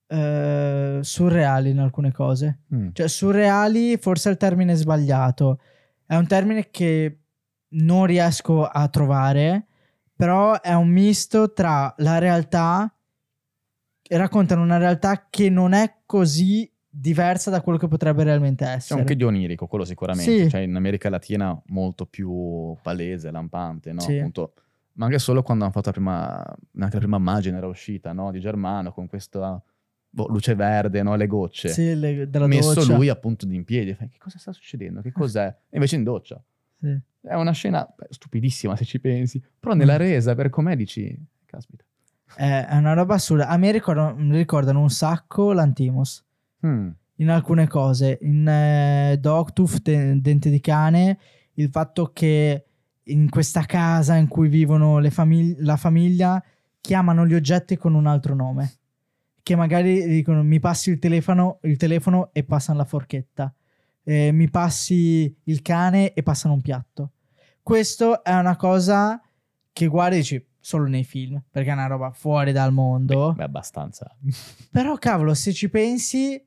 eh, surreali in alcune cose. Mm. Cioè, surreali forse è il termine sbagliato. È un termine che non riesco a trovare, però è un misto tra la realtà, raccontano una realtà che non è così diversa da quello che potrebbe realmente C'è essere. un che di onirico, quello sicuramente. Sì. Cioè in America Latina molto più palese, lampante, no? Sì. Appunto, ma anche solo quando hanno fatto la prima, anche la prima immagine era uscita, no? Di Germano con questa boh, luce verde, no? Le gocce. Sì, le, della Messo doccia. lui appunto in piedi. Fai, che cosa sta succedendo? Che cos'è? E invece in doccia. Sì. È una scena beh, stupidissima se ci pensi. Però nella Mm. resa, per com'è, dici, caspita. È, è una roba assurda. A me ricordano, mi ricordano un sacco l'Antimos. Hmm. In alcune cose. In eh, Dogtooth, de- Dente di Cane, il fatto che in questa casa in cui vivono le famig- la famiglia chiamano gli oggetti con un altro nome. Che magari dicono mi passi il telefono, il telefono e passano la forchetta. Eh, mi passi il cane e passano un piatto. Questo è una cosa che guardi e dici solo nei film, perché è una roba fuori dal mondo. Beh, beh, abbastanza. Però cavolo, se ci pensi,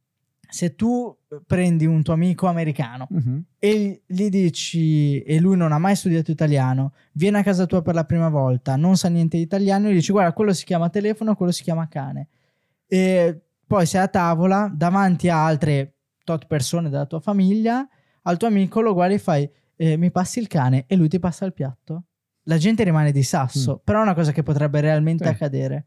se tu prendi un tuo amico americano Mm-hmm. e gli dici, e lui non ha mai studiato italiano, viene a casa tua per la prima volta, non sa niente di italiano, e gli dici guarda, quello si chiama telefono, quello si chiama cane. E poi sei a tavola davanti a altre tot persone della tua famiglia, al tuo amico lo guardi e fai eh, mi passi il cane, e lui ti passa il piatto. La gente rimane di sasso. Mm. Però è una cosa che potrebbe realmente sì. accadere.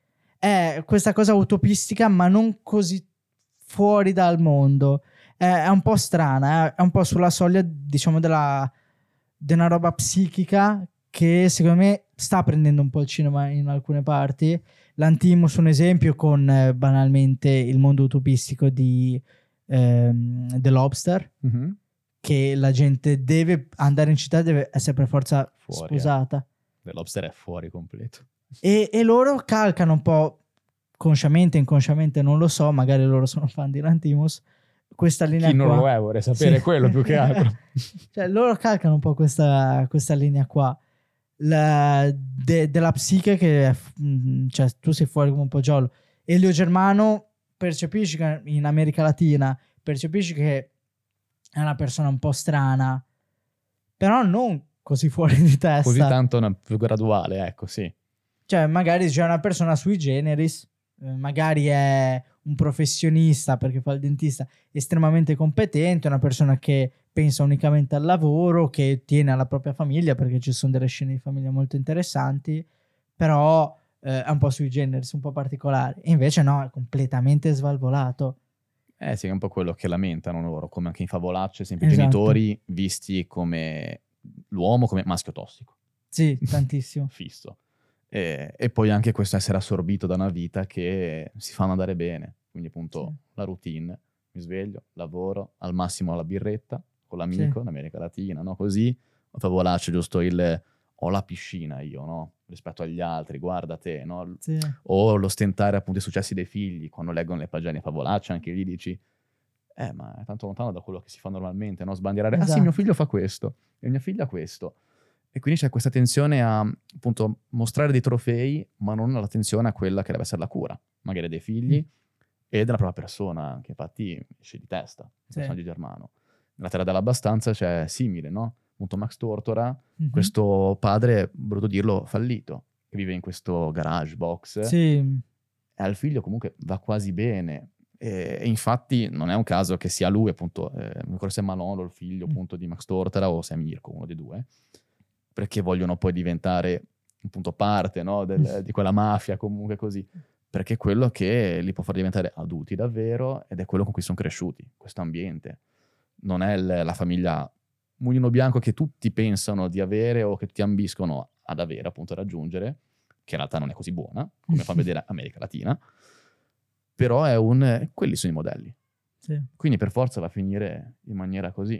È questa cosa utopistica, ma non così fuori dal mondo. È, è un po' strana, è, è un po' sulla soglia, diciamo, della di una roba psichica che secondo me sta prendendo un po' il cinema in alcune parti. L'Antimos, un esempio, con eh, banalmente il mondo utopistico di ehm, The Lobster, mm-hmm. che la gente deve andare in città, deve essere per forza fuori, sposata. Eh. The Lobster è fuori completo. E, e loro calcano un po', consciamente, inconsciamente, non lo so, magari loro sono fan di L'Antimos, questa linea Chi qua. non lo è vorrei sapere, sì. Quello più che altro. Cioè loro calcano un po' questa, questa linea qua. La, de, della psiche che cioè tu sei fuori come un po' giallo. Elio Germano percepisci che in America Latina percepisci che è una persona un po' strana, però non così fuori di testa, così tanto una, più graduale, ecco, sì. Cioè magari c'è una persona sui generis, eh, magari è un professionista perché fa il dentista estremamente competente, una persona che pensa unicamente al lavoro, che tiene alla propria famiglia, perché ci sono delle scene di famiglia molto interessanti, però eh, è un po' sui generis, un po' particolare. E invece no, è completamente svalvolato. Eh sì, è un po' quello che lamentano loro, come anche in Favolacce, sempre esatto. I genitori visti come l'uomo, come maschio tossico. Sì, tantissimo. Fisso. E, e poi anche questo essere assorbito da una vita che si fa andare bene. Quindi appunto sì. La routine, mi sveglio, lavoro, al massimo la birretta, con l'amico, sì. In America Latina, no? Così, Favolacce, giusto il ho la piscina io, no? Rispetto agli altri, guarda te, no? Sì. O l'ostentare appunto i successi dei figli, quando leggono le pagine Favolacce, anche lì dici, eh, ma è tanto lontano da quello che si fa normalmente, no? Sbandierare, esatto. Ah sì, mio figlio fa questo, e mia figlia questo. E quindi c'è questa tensione a, appunto, mostrare dei trofei, ma non l'attenzione a quella che deve essere la cura, magari dei figli mm. e della propria persona, che infatti esce di testa, il sì. personaggio Germano. Nella Terra dell'Abbastanza c'è simile, no? Appunto Max Tortora, mm-hmm. questo padre, brutto dirlo, fallito, che vive in questo garage box, sì. e al figlio comunque va quasi bene. E, e infatti non è un caso che sia lui, appunto, eh, se è Manolo, il figlio appunto di Max Tortora, o se è Mirko, uno dei due, perché vogliono poi diventare appunto parte, no, del, di quella mafia, comunque così, perché è quello che li può far diventare adulti davvero, ed è quello con cui sono cresciuti, questo ambiente. Non è il, la famiglia mulino bianco che tutti pensano di avere o che ti ambiscono ad avere, appunto a raggiungere, che in realtà non è così buona, come fa vedere America Latina, però è un, quelli sono i modelli. Sì. Quindi per forza va a finire in maniera così.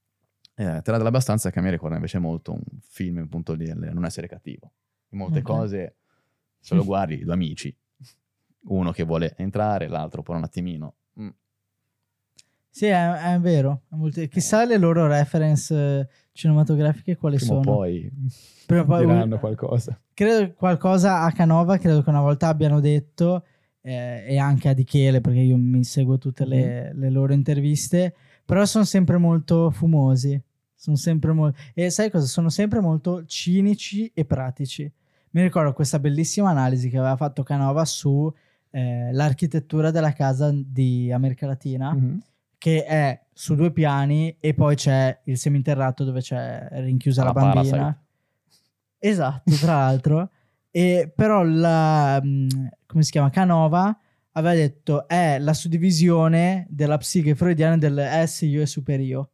Eh, Terra dell'Abbastanza, che a me ricorda invece molto un film, appunto, di non essere cattivo. In molte okay. cose, se lo guardi, due amici, uno che vuole entrare, l'altro poi un attimino. Mm. Sì, è, è vero. È molto... Chissà le loro reference cinematografiche quali Prima sono. Poi Prima poi diranno un... qualcosa. Credo qualcosa a Canova, credo che una volta abbiano detto, eh, e anche a Di Chele, perché io mi seguo tutte mm-hmm. le, le loro interviste, però sono sempre molto fumosi. Sono sempre molto... E sai cosa? Sono sempre molto cinici e pratici. Mi ricordo questa bellissima analisi che aveva fatto Canova su eh, l'architettura della casa di America Latina, Mm-hmm. che è su due piani e poi c'è il seminterrato dove c'è rinchiusa Alla la bambina. Parasite. Esatto, tra l'altro. E però la... mh, come si chiama? Canova aveva detto è la suddivisione della psiche freudiana del S, io e super io.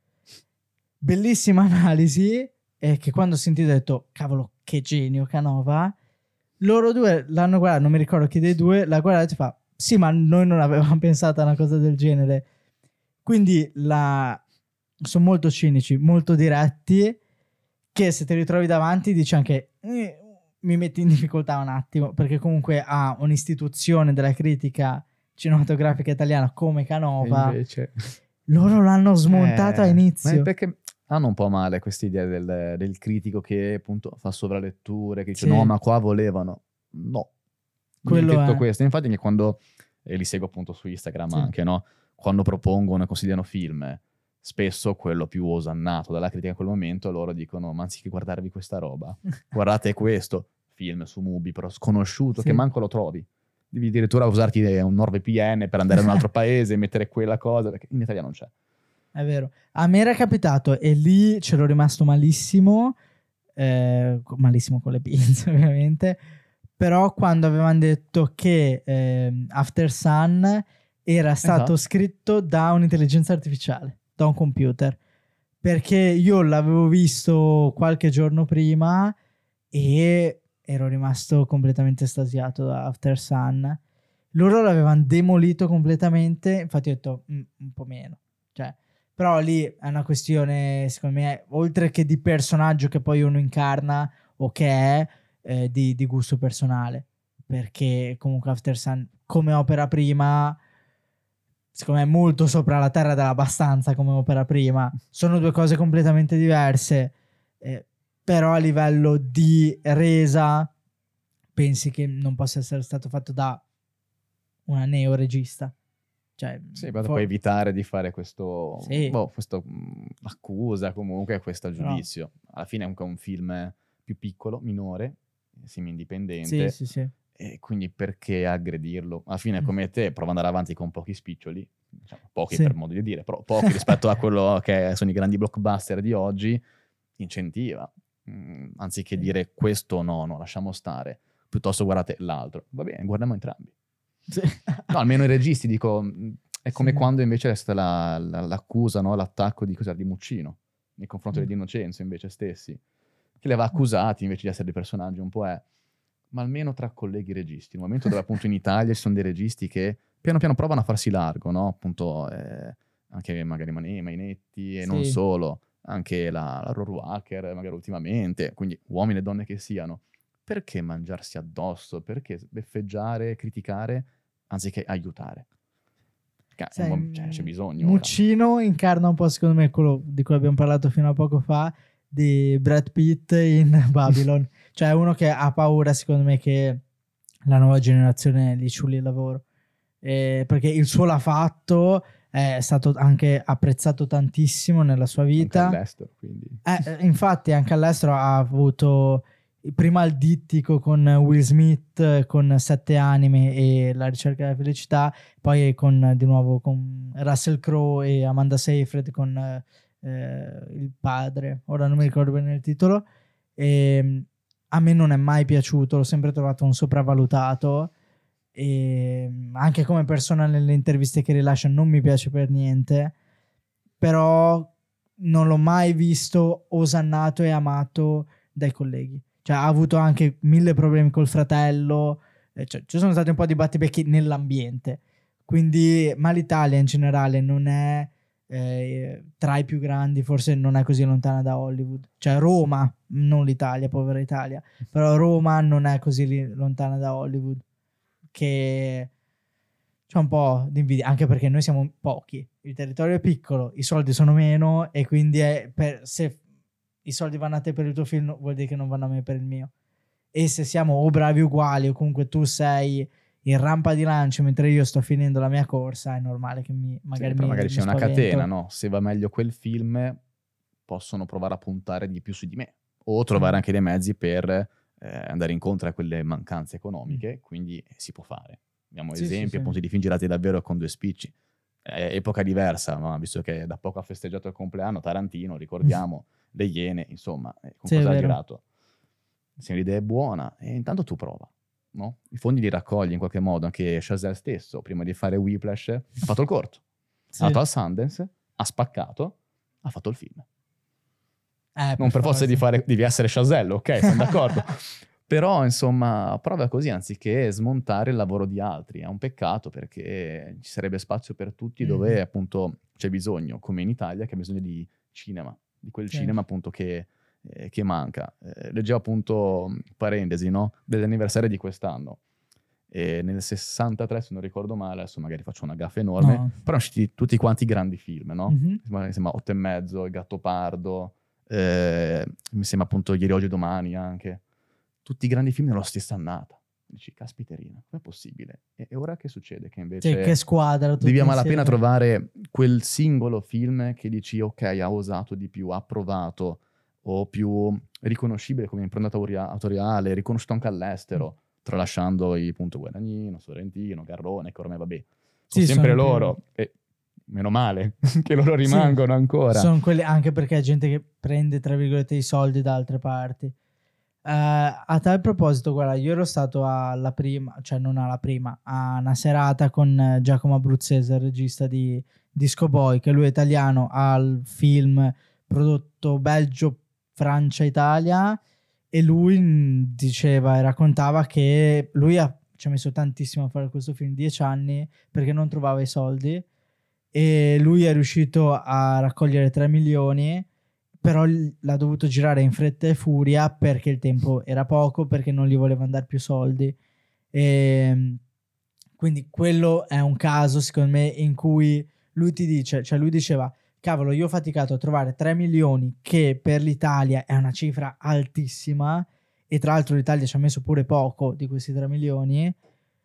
Bellissima analisi, e che quando ho sentito ho detto cavolo che genio Canova. Loro due l'hanno guardato, non mi ricordo chi dei due l'ha guardato e fa sì, ma noi non avevamo pensato a una cosa del genere. Quindi la... sono molto cinici, molto diretti, che se ti ritrovi davanti dici anche eh, mi metti in difficoltà un attimo, perché comunque ha un'istituzione della critica cinematografica italiana come Canova. E invece... loro l'hanno smontato eh, a inizio. Ma è perché hanno un po' male questa idea del, del critico che appunto fa sovraletture, che dice Sì. no, ma qua volevano. No. Quello Tutto è. questo. Infatti che quando, e li seguo appunto su Instagram Sì. anche, no? Quando propongono e consigliano film, spesso quello più osannato dalla critica in quel momento, loro dicono ma anziché guardarvi questa roba, guardate questo film su Mubi, però sconosciuto, Sì. che manco lo trovi. Devi addirittura usarti un NordVPN per andare in un altro paese e mettere quella cosa, perché in Italia non c'è. È vero. A me era capitato e lì c'ero rimasto malissimo, eh, malissimo con le pinze ovviamente, però quando avevano detto che eh, After Sun era stato Esatto. scritto da un'intelligenza artificiale, da un computer, perché io l'avevo visto qualche giorno prima e ero rimasto completamente estasiato da After Sun. Loro l'avevano demolito completamente, infatti ho detto mm, un po' meno, cioè, però lì è una questione, secondo me, oltre che di personaggio che poi uno incarna o che è, eh, di, di gusto personale, perché comunque After Sun come opera prima, secondo me è molto sopra la terra dell'abbastanza come opera prima, sono due cose completamente diverse, eh, però a livello di resa pensi che non possa essere stato fatto da una neoregista? Cioè, sì, però for- puoi evitare di fare questo, Sì. boh, questo mh, accusa comunque, questo Però- giudizio. Alla fine è anche un film più piccolo, minore, sì, semi-indipendente, sì, sì. e quindi perché aggredirlo? Alla fine Mm. come te prova ad andare avanti con pochi spiccioli, diciamo, pochi Sì. per modo di dire, però pochi rispetto a quello che sono i grandi blockbuster di oggi, incentiva. Mm, anziché Sì. dire questo no, no, lasciamo stare, piuttosto guardate l'altro. Va bene, guardiamo entrambi. Sì. No, almeno i registi, dico, è come Sì. quando invece è stata la, la, l'accusa, no? L'attacco di, cos'era, di Muccino nei confronti Mm. di Innocenzo invece stessi, che li aveva accusati invece di essere dei personaggi un po' è, ma almeno tra colleghi registi, nel momento dove appunto in Italia ci sono dei registi che piano piano provano a farsi largo, no? Appunto eh, anche magari Mane- Mainetti e Sì. non solo, anche la, la Rohrwacher magari ultimamente, quindi uomini e donne che siano. Perché mangiarsi addosso? Perché beffeggiare, criticare, anziché aiutare? Perché è Sai, un po'- cioè, c'è bisogno ora. Muccino incarna un po', secondo me, quello di cui abbiamo parlato fino a poco fa, di Brad Pitt in Babylon. Cioè è uno che ha paura, secondo me, che la nuova generazione gli ciuli il lavoro. Eh, perché il suo l'ha fatto, è stato anche apprezzato tantissimo nella sua Anche vita. all'estero, quindi. Eh, infatti anche all'estero ha avuto prima il dittico con Will Smith con Sette anime e La ricerca della felicità, poi con di nuovo con Russell Crowe e Amanda Seyfried con eh, Il padre, ora non mi ricordo bene il titolo, e a me non è mai piaciuto, l'ho sempre trovato un sopravvalutato, e anche come persona nelle interviste che rilascia non mi piace per niente, però non l'ho mai visto osannato e amato dai colleghi. Cioè ha avuto anche mille problemi col fratello, eh, cioè, ci sono stati un po' di battibecchi nell'ambiente, quindi, ma l'Italia in generale non è eh, tra i più grandi, forse non è così lontana da Hollywood, cioè Roma, non l'Italia, povera Italia, però Roma non è così li- lontana da Hollywood, che c'è un po' di invidia, anche perché noi siamo pochi, il territorio è piccolo, i soldi sono meno e quindi è per, se i soldi vanno a te per il tuo film vuol dire che non vanno a me per il mio, e se siamo o bravi uguali o comunque tu sei in rampa di lancio mentre io sto finendo la mia corsa, è normale che mi magari, Sì, però mi, magari mi c'è una spavento. catena, no? Se va meglio quel film, possono provare a puntare di più su di me o trovare Mm. anche dei mezzi per eh, andare incontro a quelle mancanze economiche, quindi si può fare. Abbiamo Sì, sì, esempi sì. appunto di film girati davvero con due spicci. È epoca diversa, ma visto che da poco ha festeggiato il compleanno, Tarantino, ricordiamo, Le Iene, insomma, eh, con Sì, è cosa ha vero. girato? Se un'idea è buona, e intanto tu prova, no? I fondi li raccogli in qualche modo, anche Chazelle stesso, prima di fare Whiplash, ha fatto il corto, Sì. è andato al Sundance, ha spaccato, ha fatto il film. Eh, Non per forza forza di fare, devi essere Chazelle, ok, sono d'accordo. Però, insomma, prova così anziché smontare il lavoro di altri. È un peccato perché ci sarebbe spazio per tutti dove Mm-hmm. appunto c'è bisogno, come in Italia, che ha bisogno di cinema, di quel Sì. cinema appunto che, eh, che manca. Eh, leggevo appunto, parentesi, no? Dell'anniversario di quest'anno. E nel sessantatré, se non ricordo male, adesso magari faccio una gaffa enorme, No. però sono usciti tutti quanti grandi film, no? Mhm. Mi sembra Otto e mezzo, Il Gattopardo, eh, mi sembra appunto Ieri, Oggi e Domani anche. Tutti i grandi film nella stessa annata. Dici, caspiterina, com'è possibile? E, e ora che succede? Che invece Sì, che squadra tutti devi a malapena insieme. trovare quel singolo film che dici, ok, ha osato di più, ha provato, o più riconoscibile come impronta auria- autoriale, riconosciuto anche all'estero, tralasciando i appunto Guadagnino, Sorrentino, Garrone, che ormai vabbè, sono Sì, sempre sono quelli- loro, e meno male che loro Sì, rimangono ancora. sono quelli, anche perché è gente che prende, tra virgolette, i soldi da altre parti. Eh, a tal proposito, guarda, io ero stato alla prima, cioè non alla prima, a una serata con eh, Giacomo Abruzzese, il regista di Disco Boy, che lui è italiano, ha il film prodotto Belgio, Francia, Italia, e lui mh, diceva e raccontava che lui ha, ci ha messo tantissimo a fare questo film, dieci anni, perché non trovava i soldi, e lui è riuscito a raccogliere tre milioni, però l- l'ha dovuto girare in fretta e furia perché il tempo era poco, perché non gli volevano dare più soldi. E quindi quello è un caso, secondo me, in cui lui ti dice, cioè lui diceva, cavolo, io ho faticato a trovare tre milioni, che per l'Italia è una cifra altissima, e tra l'altro l'Italia ci ha messo pure poco di questi tre milioni,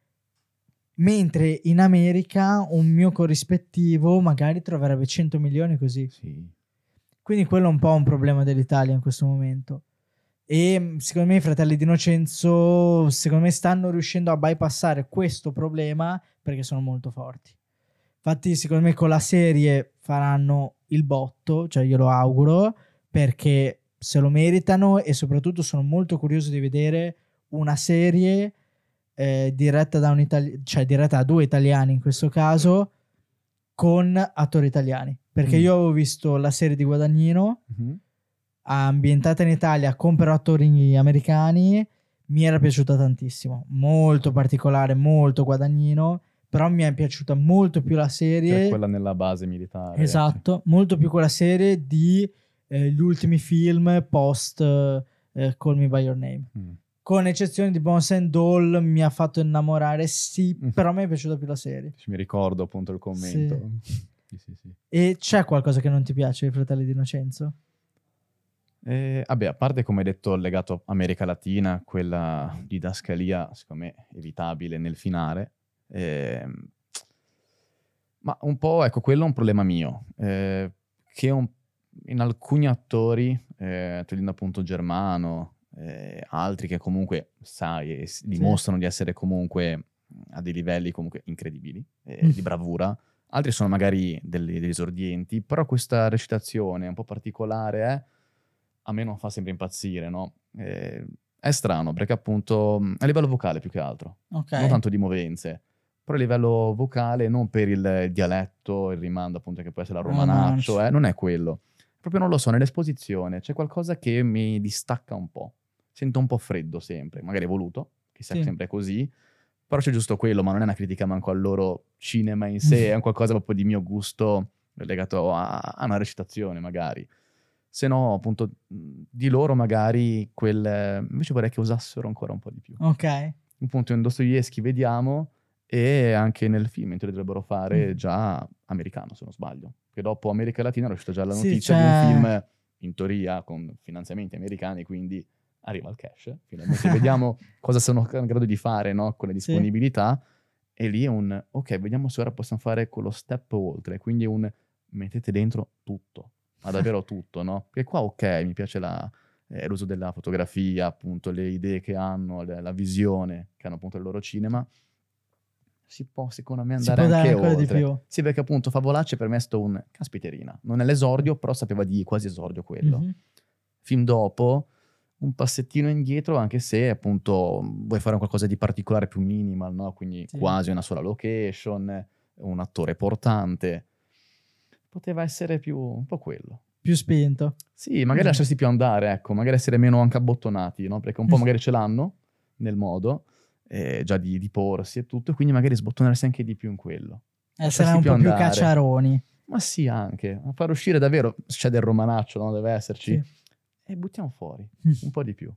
mentre in America un mio corrispettivo magari troverebbe cento milioni così. Sì. Quindi quello è un po' un problema dell'Italia in questo momento. E secondo me i Fratelli d'Innocenzo, secondo me, stanno riuscendo a bypassare questo problema perché sono molto forti. Infatti, secondo me con la serie faranno il botto, cioè io lo auguro, perché se lo meritano, e soprattutto sono molto curioso di vedere una serie eh, diretta da un italiano, cioè diretta da due italiani in questo caso, con attori italiani. Perché Mm. io avevo visto la serie di Guadagnino, Mm-hmm. ambientata in Italia con però attori americani, mi era piaciuta tantissimo, molto particolare, molto Guadagnino, però mi è piaciuta molto più la serie, C'è quella nella base militare. esatto, molto più quella serie di eh, gli ultimi film post eh, Call Me By Your Name, Mm. con eccezione di Bones and Doll, mi ha fatto innamorare, sì, Mm. però mi è piaciuta più la serie. Mi ricordo appunto il commento. Sì, sì, sì. E c'è qualcosa che non ti piace dei Fratelli d'Innocenzo? Eh, vabbè, a parte come hai detto legato a America Latina, quella didascalia secondo me evitabile nel finale, ehm, ma un po', ecco, quello è un problema mio, eh, che un- in alcuni attori, eh, togliendo appunto Germano, eh, altri che comunque sai e si dimostrano di essere comunque a dei livelli comunque incredibili, eh, Mm. di bravura, altri sono magari degli, degli esordienti, però questa recitazione un po' particolare eh, a me non fa sempre impazzire, no? Eh, è strano perché appunto a livello vocale più che altro, Ok. non tanto di movenze, però a livello vocale, non per il dialetto, il rimando appunto che può essere al romanaccio, Romanaccio. eh, non è quello. Proprio non lo so, nell'esposizione c'è qualcosa che mi distacca un po'. Sento un po' freddo sempre, magari è voluto, che sia Sì. sempre così, però c'è giusto quello, ma non è una critica manco al loro cinema in sé, è un qualcosa proprio di mio gusto legato a, a una recitazione magari. Se no, appunto, di loro magari quel... invece vorrei che usassero ancora un po' di più. Ok. Appunto in Dostoevsky vediamo, e anche nel film mentre dovrebbero fare Mm. già americano, se non sbaglio. Che dopo America Latina è uscita già la Sì, notizia c'è- di un film, in teoria, con finanziamenti americani, quindi arriva il cash. Finalmente vediamo cosa sono in grado di fare, no? Con le Sì. disponibilità. E lì è un, ok, vediamo se ora possiamo fare quello step oltre. Quindi è un, mettete dentro tutto. ma davvero tutto, no? Perché qua, ok, mi piace la, eh, l'uso della fotografia, appunto, le idee che hanno, le- la visione che hanno appunto il loro cinema, si può secondo me Si andare può dare anche ancora di oltre. più. Sì, perché appunto Favolacci per me è stato un caspiterina. Non è l'esordio, però sapeva di quasi esordio quello. Mhm. Film dopo, un passettino indietro, anche se appunto vuoi fare qualcosa di particolare più minimal, no? Quindi Sì. quasi una sola location, un attore portante. Poteva essere più un po' quello. Più spinto. Sì, magari Mm. lasciarsi più andare, ecco, magari essere meno anche abbottonati, no? Perché un po' magari ce l'hanno nel modo, eh, già di, di porsi e tutto, e quindi magari sbottonarsi anche di più in quello. Essere Lasciarsi un po' più andare. cacciaroni. Ma sì, anche. A far uscire davvero, c'è del romanaccio, no? Deve esserci. Sì. E buttiamo fuori Mm. un po' di più.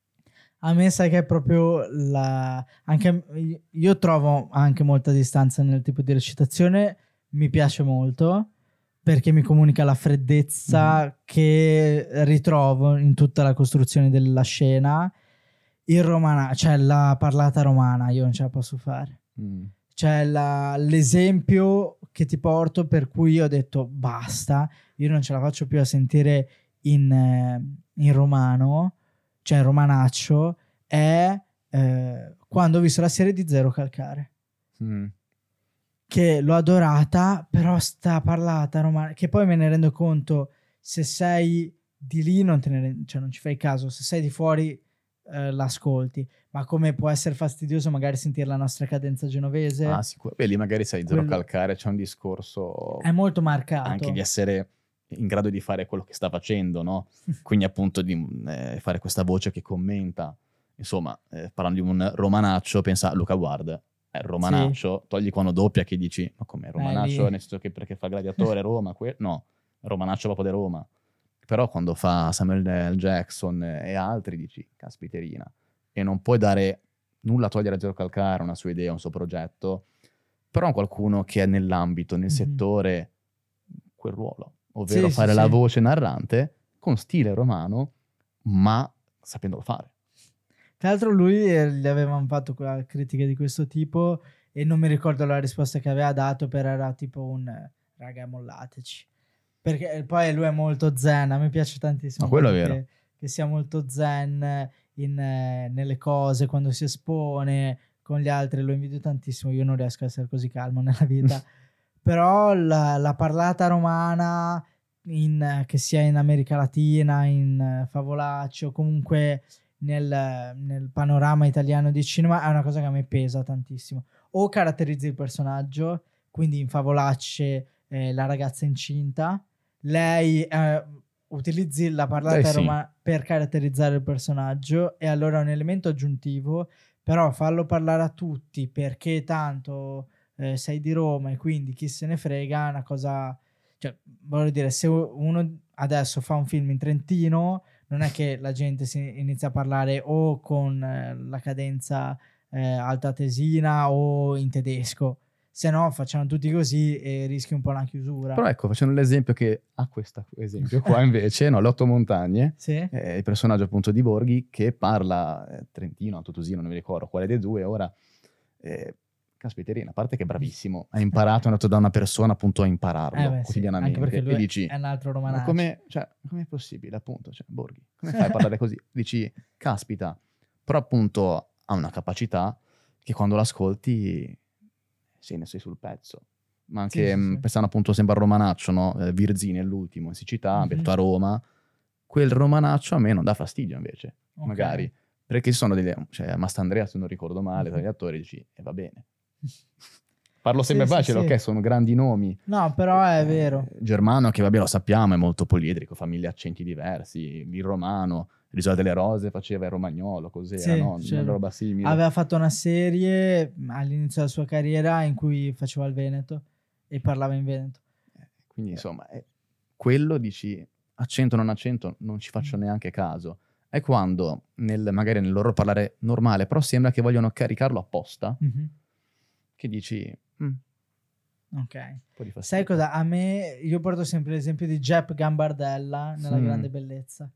A me sai che è proprio la... Anche io trovo anche molta distanza nel tipo di recitazione, mi piace molto, perché mi comunica la freddezza Mhm. che ritrovo in tutta la costruzione della scena. Il romana, cioè la parlata romana, io non ce la posso fare. Mm. Cioè la- l'esempio che ti porto per cui io ho detto basta, io non ce la faccio più a sentire in, eh, in romano, cioè in romanaccio, è eh, quando ho visto la serie di Zero Calcare, Mm. che l'ho adorata, però sta parlata romana, che poi me ne rendo conto, se sei di lì non, te ne re- cioè non ci fai caso, se sei di fuori eh, l'ascolti, ma come può essere fastidioso magari sentire la nostra cadenza genovese, Ah, sicuro. Beh, lì magari sai, Zero quello Calcare, c'è un discorso è molto anche marcato. di essere in grado di fare quello che sta facendo, no? Quindi appunto di eh, fare questa voce che commenta. Insomma, eh, parlando di un romanaccio, pensa Luca Ward, è il romanaccio, togli quando doppia che dici, ma com'è romanaccio? lì. Nel senso che perché fa gladiatore Roma? Que- no, romanaccio proprio di Roma. Però quando fa Samuel L. Jackson e altri dici, caspiterina. E non puoi dare nulla a togliere a Zero Calcare, una sua idea, un suo progetto, però qualcuno che è nell'ambito, nel Mhm. settore, quel ruolo, ovvero Sì, sì, fare la sì. voce narrante con stile romano, ma sapendolo fare. Tra l'altro lui eh, gli avevano fatto que- critiche di questo tipo e non mi ricordo la risposta che aveva dato, però era tipo un eh, raga mollateci. Perché eh, poi lui è molto zen, a me piace tantissimo Ma quello è proprio vero. che, che sia molto zen in, eh, nelle cose, quando si espone con gli altri, lo invidio tantissimo, io non riesco a essere così calmo nella vita. Però la, la parlata romana, in, che sia in America Latina, in eh, Favolaccio, comunque nel, nel panorama italiano di cinema, è una cosa che a me pesa tantissimo. O caratterizzi il personaggio, quindi in Favolacce eh, la ragazza incinta, lei eh, utilizzi la Eh parlata sì. romana per caratterizzare il personaggio e allora è un elemento aggiuntivo, però farlo parlare a tutti perché tanto eh, sei di Roma e quindi chi se ne frega è una cosa, cioè voglio dire, se uno adesso fa un film in Trentino non è che la gente si inizia a parlare o con eh, la cadenza eh, altatesina o in tedesco, se no facciamo tutti così e rischi un po' una chiusura. Però ecco, facendo l'esempio che ha questo esempio qua invece, no, Le Otto Montagne, Sì? eh, il personaggio appunto di Borghi che parla eh, trentino, tutusino, non mi ricordo quale dei due, ora, eh, caspiterina, a parte che è bravissimo, ha imparato, è andato da una persona appunto a impararlo Eh beh, sì, quotidianamente, anche perché lui e dici, è un altro ma romanaccio. come, cioè, com'è possibile appunto, cioè, Borghi, come fai a parlare così? Dici, caspita, però appunto ha una capacità che quando l'ascolti sì, ne sei sul pezzo. Ma anche, Sì, sì, mh, sì. pensando appunto sempre al romanaccio, no? Eh, Virzini è l'ultimo, in siccità, Mhm. abitato a Roma. Quel romanaccio a me non dà fastidio invece, Ok. magari. Perché ci sono delle... Cioè, Mastandrea, se non ricordo male, tra gli attori, dici, e va bene. Parlo sempre Sì, sì, facile, sì. ok? Sono grandi nomi. No, però è Eh, vero. Germano, che vabbè lo sappiamo, è molto poliedrico, fa mille accenti diversi. Il romano, l'Isola delle Rose faceva il romagnolo, cos'era, Sì, no? cioè, Una roba simile. aveva fatto una serie all'inizio della sua carriera in cui faceva il Veneto e parlava in Veneto. Quindi insomma, è quello dici accento non accento non ci faccio neanche caso. È quando nel, magari nel loro parlare normale, però sembra che vogliono caricarlo apposta, Mhm. che dici "Mm, Ok. un po' di fastidio". Sai cosa? A me, io porto sempre l'esempio di Jep Gambardella nella Mm. Grande Bellezza.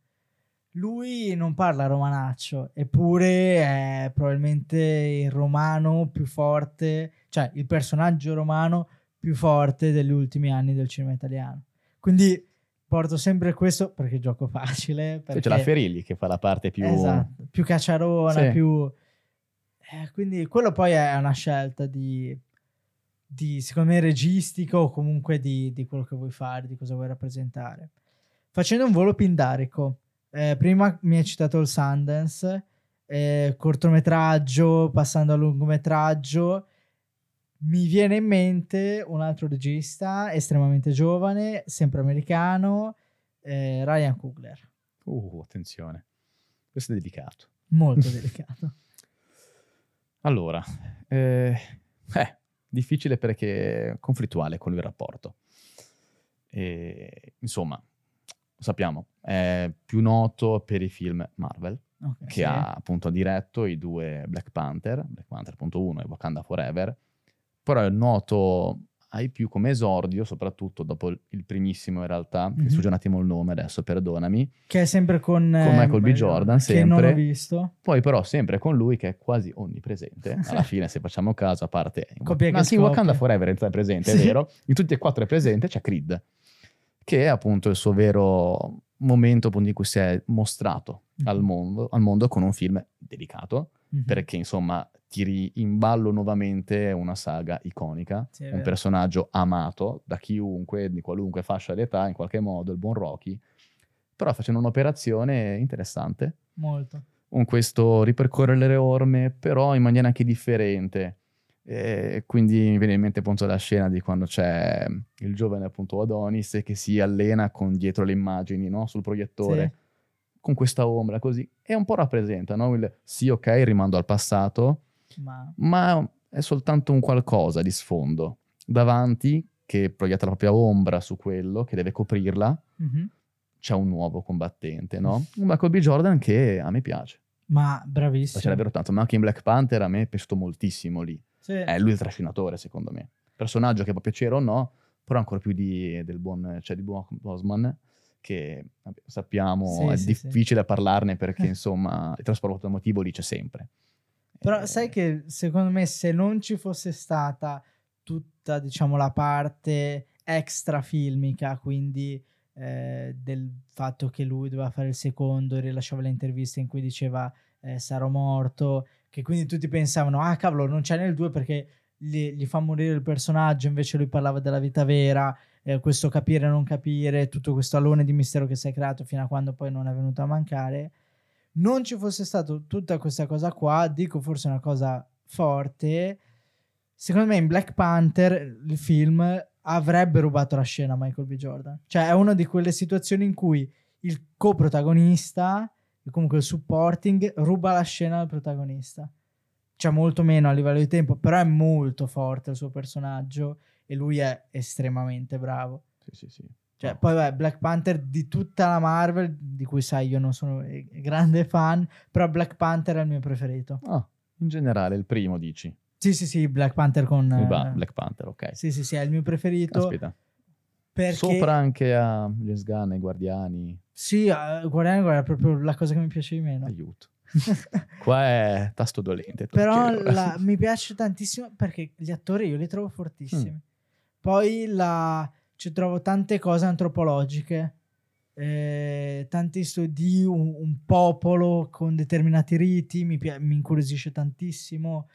Lui non parla romanaccio, eppure è probabilmente il romano più forte, cioè il personaggio romano più forte degli ultimi anni del cinema italiano. Quindi porto sempre questo perché gioco facile. Perché... C'è la Ferilli che fa la parte più... Esatto, più cacciarona, sì. più... Eh, quindi quello poi è una scelta di, di secondo me, registica o comunque di, di quello che vuoi fare, di cosa vuoi rappresentare. Facendo un volo pindarico, eh, prima mi hai citato il Sundance, eh, cortometraggio, passando al lungometraggio, mi viene in mente un altro regista estremamente giovane, sempre americano, eh, Ryan Coogler. Uh, attenzione. Questo è delicato. Molto delicato. Allora, eh, eh, difficile perché conflittuale con il rapporto. E, insomma, lo sappiamo, è più noto per i film Marvel, Okay, che sì. ha appunto diretto i due Black Panther, Black Panther punto uno e Wakanda Forever, però è noto ai più come esordio, soprattutto dopo il primissimo in realtà, Mhm. mi sfugge un attimo il nome adesso, perdonami, Che è sempre con, con eh, Michael B. Jordan, che sempre. non ho visto. Poi però sempre con lui che è quasi onnipresente, alla fine se facciamo caso, a parte... Copia che Ma anche in Wakanda scopia. Forever è presente, Sì. è vero? In tutti e quattro è presente, c'è Creed, che è appunto il suo vero momento appunto in cui si è mostrato Mhm. al mondo, al mondo con un film delicato, Mhm. perché insomma tiri in ballo nuovamente una saga iconica, Sì, è un vero. personaggio amato da chiunque, di qualunque fascia d'età, in qualche modo, il buon Rocky, però facendo un'operazione interessante, Molto. con questo ripercorrere le orme, però in maniera anche differente. E quindi mi viene in mente appunto la scena di quando c'è il giovane appunto Adonis che si allena con dietro le immagini, no? Sul proiettore, Sì. con questa ombra così, e un po' rappresenta, no? Il sì, ok, rimando al passato, Ma... ma è soltanto un qualcosa di sfondo davanti che proietta la propria ombra su quello che deve coprirla. Mhm. C'è un nuovo combattente, no? Un Michael B. Jordan che a me piace, Ma piace bravissimo. davvero tanto, ma anche in Black Panther a me è piaciuto moltissimo lì. Sì. È lui il trascinatore, secondo me. Personaggio che può piacere o no, però ancora più di, del buon, cioè di buon Bosman, che vabbè, sappiamo Sì, è sì, difficile parlarne perché, insomma, il trasporto emotivo lì c'è sempre. Però Eh, sai che secondo me se non ci fosse stata tutta, diciamo, la parte extra filmica, quindi eh, del fatto che lui doveva fare il secondo e rilasciava le interviste in cui diceva eh, sarò morto, che quindi tutti pensavano ah cavolo non c'è nel due perché gli, gli fa morire il personaggio, invece lui parlava della vita vera, eh, questo capire e non capire, tutto questo alone di mistero che si è creato fino a quando poi non è venuto a mancare. Non ci fosse stato tutta questa cosa qua, dico forse una cosa forte, secondo me in Black Panther il film avrebbe rubato la scena a Michael B. Jordan, cioè è una di quelle situazioni in cui il coprotagonista, comunque il supporting, ruba la scena al protagonista, cioè molto meno a livello di tempo, però è molto forte il suo personaggio e lui è estremamente bravo. Sì, sì, sì. Cioè, Oh. poi beh, Black Panther di tutta la Marvel, di cui sai io non sono eh, grande fan, però Black Panther è il mio preferito. Ah, in generale, il primo dici? Sì, sì, sì, Black Panther con... Il ba- eh, Black Panther, ok. Sì, sì, sì, è il mio preferito. Aspetta. Perché... Sopra anche a James Gunn, ai Guardiani. Sì, uh, Guardiani guarda, è proprio la cosa che mi piace di meno. Aiuto. Qua è tasto dolente. Però tocchi, la, mi piace tantissimo perché gli attori io li trovo fortissimi. Mm. Poi la, ci trovo tante cose antropologiche, eh, tanti studi di un, un popolo con determinati riti, mi, pi- mi incuriosisce tantissimo.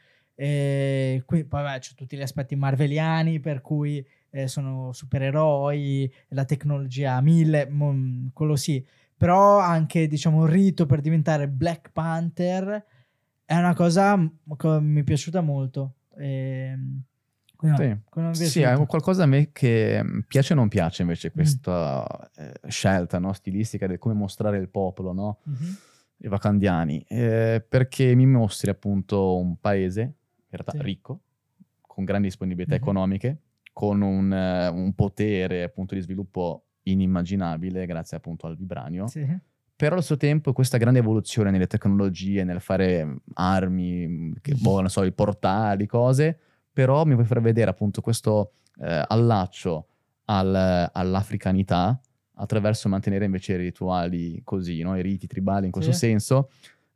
E qui poi vabbè, c'è tutti gli aspetti marveliani per cui eh, sono supereroi, la tecnologia a mille, mo, quello sì. Però anche diciamo il rito per diventare Black Panther è una cosa che mi è piaciuta molto. E, quindi, no, quello mi è Sì, sì, piaciuto. è qualcosa a me che mm, piace o non piace invece questa mm. eh, scelta, no, stilistica del come mostrare il popolo, no? Mm-hmm. I wakandiani, eh, perché mi mostri appunto un paese in realtà Sì. ricco, con grandi disponibilità Mm-hmm. economiche, con un, eh, un potere appunto di sviluppo inimmaginabile grazie appunto al vibranio, Sì. però allo stesso tempo questa grande evoluzione nelle tecnologie, nel fare armi, che, boh, non so, i portali, cose, però mi vuoi far vedere appunto questo eh, allaccio al, all'africanità attraverso mantenere invece i rituali così, no? I riti tribali in questo Sì. senso.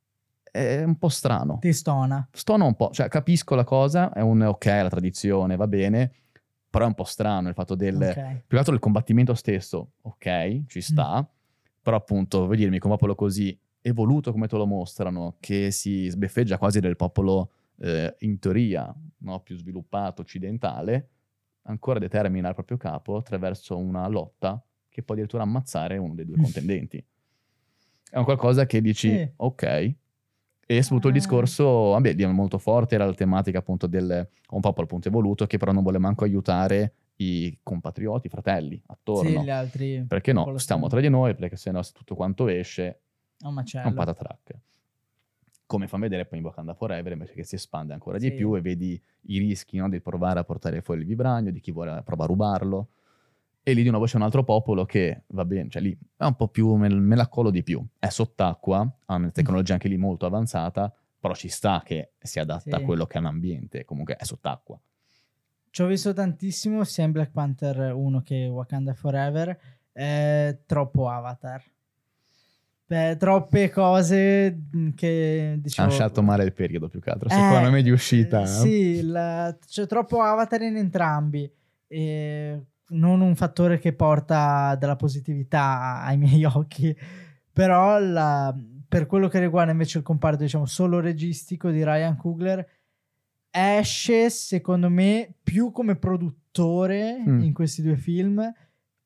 È un po' strano. Ti stona. Stona un po', cioè capisco la cosa, è un ok, la tradizione, va bene, però è un po' strano il fatto del... Ok. Più che altro del combattimento stesso, ok, ci sta, mm. però appunto, vuoi dirmi, con un popolo così evoluto come te lo mostrano, che si sbeffeggia quasi del popolo eh, in teoria, no, più sviluppato, occidentale, ancora determina il proprio capo attraverso una lotta che può addirittura ammazzare uno dei due contendenti. È un qualcosa che dici, sì. ok, e soprattutto il discorso, vabbè, è molto forte, era la tematica appunto del un popolo appunto evoluto che però non vuole manco aiutare i compatrioti, i fratelli attorno. Sì, gli altri. Perché no, stiamo tra di noi, perché se no tutto quanto esce è un macello. È un patatrack. Come fa vedere poi in Wakanda Forever, invece che si espande ancora sì. di più e vedi i rischi, no, di provare a portare fuori il vibranio, di chi vuole provare a rubarlo. E lì di nuovo c'è un altro popolo che, va bene, cioè lì è un po' più, me, me la colo di più. È sott'acqua, ha una tecnologia anche lì molto avanzata, però ci sta che si adatta sì. a quello che è un ambiente, comunque è sott'acqua. Ci ho visto tantissimo sia in Black Panther uno che Wakanda Forever, è troppo Avatar. Beh, troppe cose che diciamo... Hanno scelto male il periodo più che altro, secondo eh, me di uscita. Sì, la, c'è troppo Avatar in entrambi. E non un fattore che porta della positività ai miei occhi, però la, per quello che riguarda invece il comparto diciamo solo registico di Ryan Coogler, esce secondo me più come produttore mm. in questi due film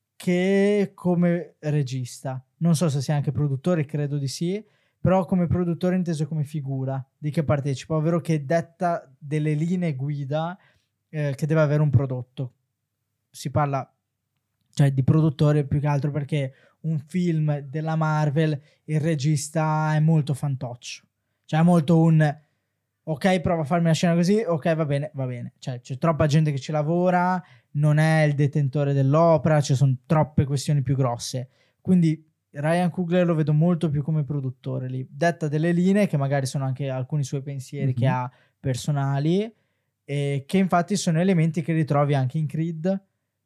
che come regista. Non so se sia anche produttore, credo di sì, però come produttore inteso come figura di che partecipa, ovvero che detta delle linee guida eh, che deve avere un prodotto. Si parla cioè di produttore più che altro perché un film della Marvel il regista è molto fantoccio, cioè è molto un ok, prova a farmi una scena così, ok, va bene, va bene. Cioè, c'è troppa gente che ci lavora, non è il detentore dell'opera, ci sono troppe questioni più grosse. Quindi Ryan Coogler lo vedo molto più come produttore lì. Detta delle linee, che magari sono anche alcuni suoi pensieri mm-hmm. che ha personali, e che infatti sono elementi che ritrovi anche in Creed,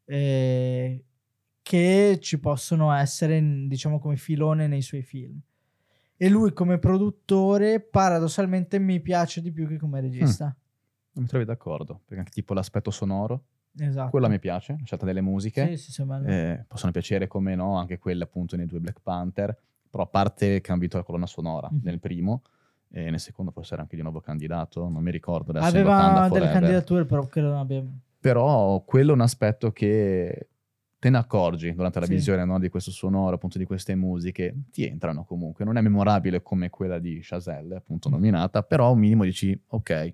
eh, che ci possono essere, diciamo, come filone nei suoi film. E lui come produttore paradossalmente mi piace di più che come regista. Mm. Non mi trovi d'accordo, perché anche tipo l'aspetto sonoro, esatto. quello mi piace, la scelta delle musiche, sì, sì, sì, eh, possono piacere come no, anche quelle appunto nei due Black Panther, però a parte che hanno vinto la colonna sonora mm-hmm. nel primo, e nel secondo forse era anche di nuovo candidato, non mi ricordo adesso. Aveva delle candidature, però credo non abbia... Però quello è un aspetto che... te ne accorgi durante la sì. visione, no, di questo sonoro, appunto di queste musiche, ti entrano comunque, non è memorabile come quella di Chazelle, appunto mm. nominata, però un minimo dici, ok,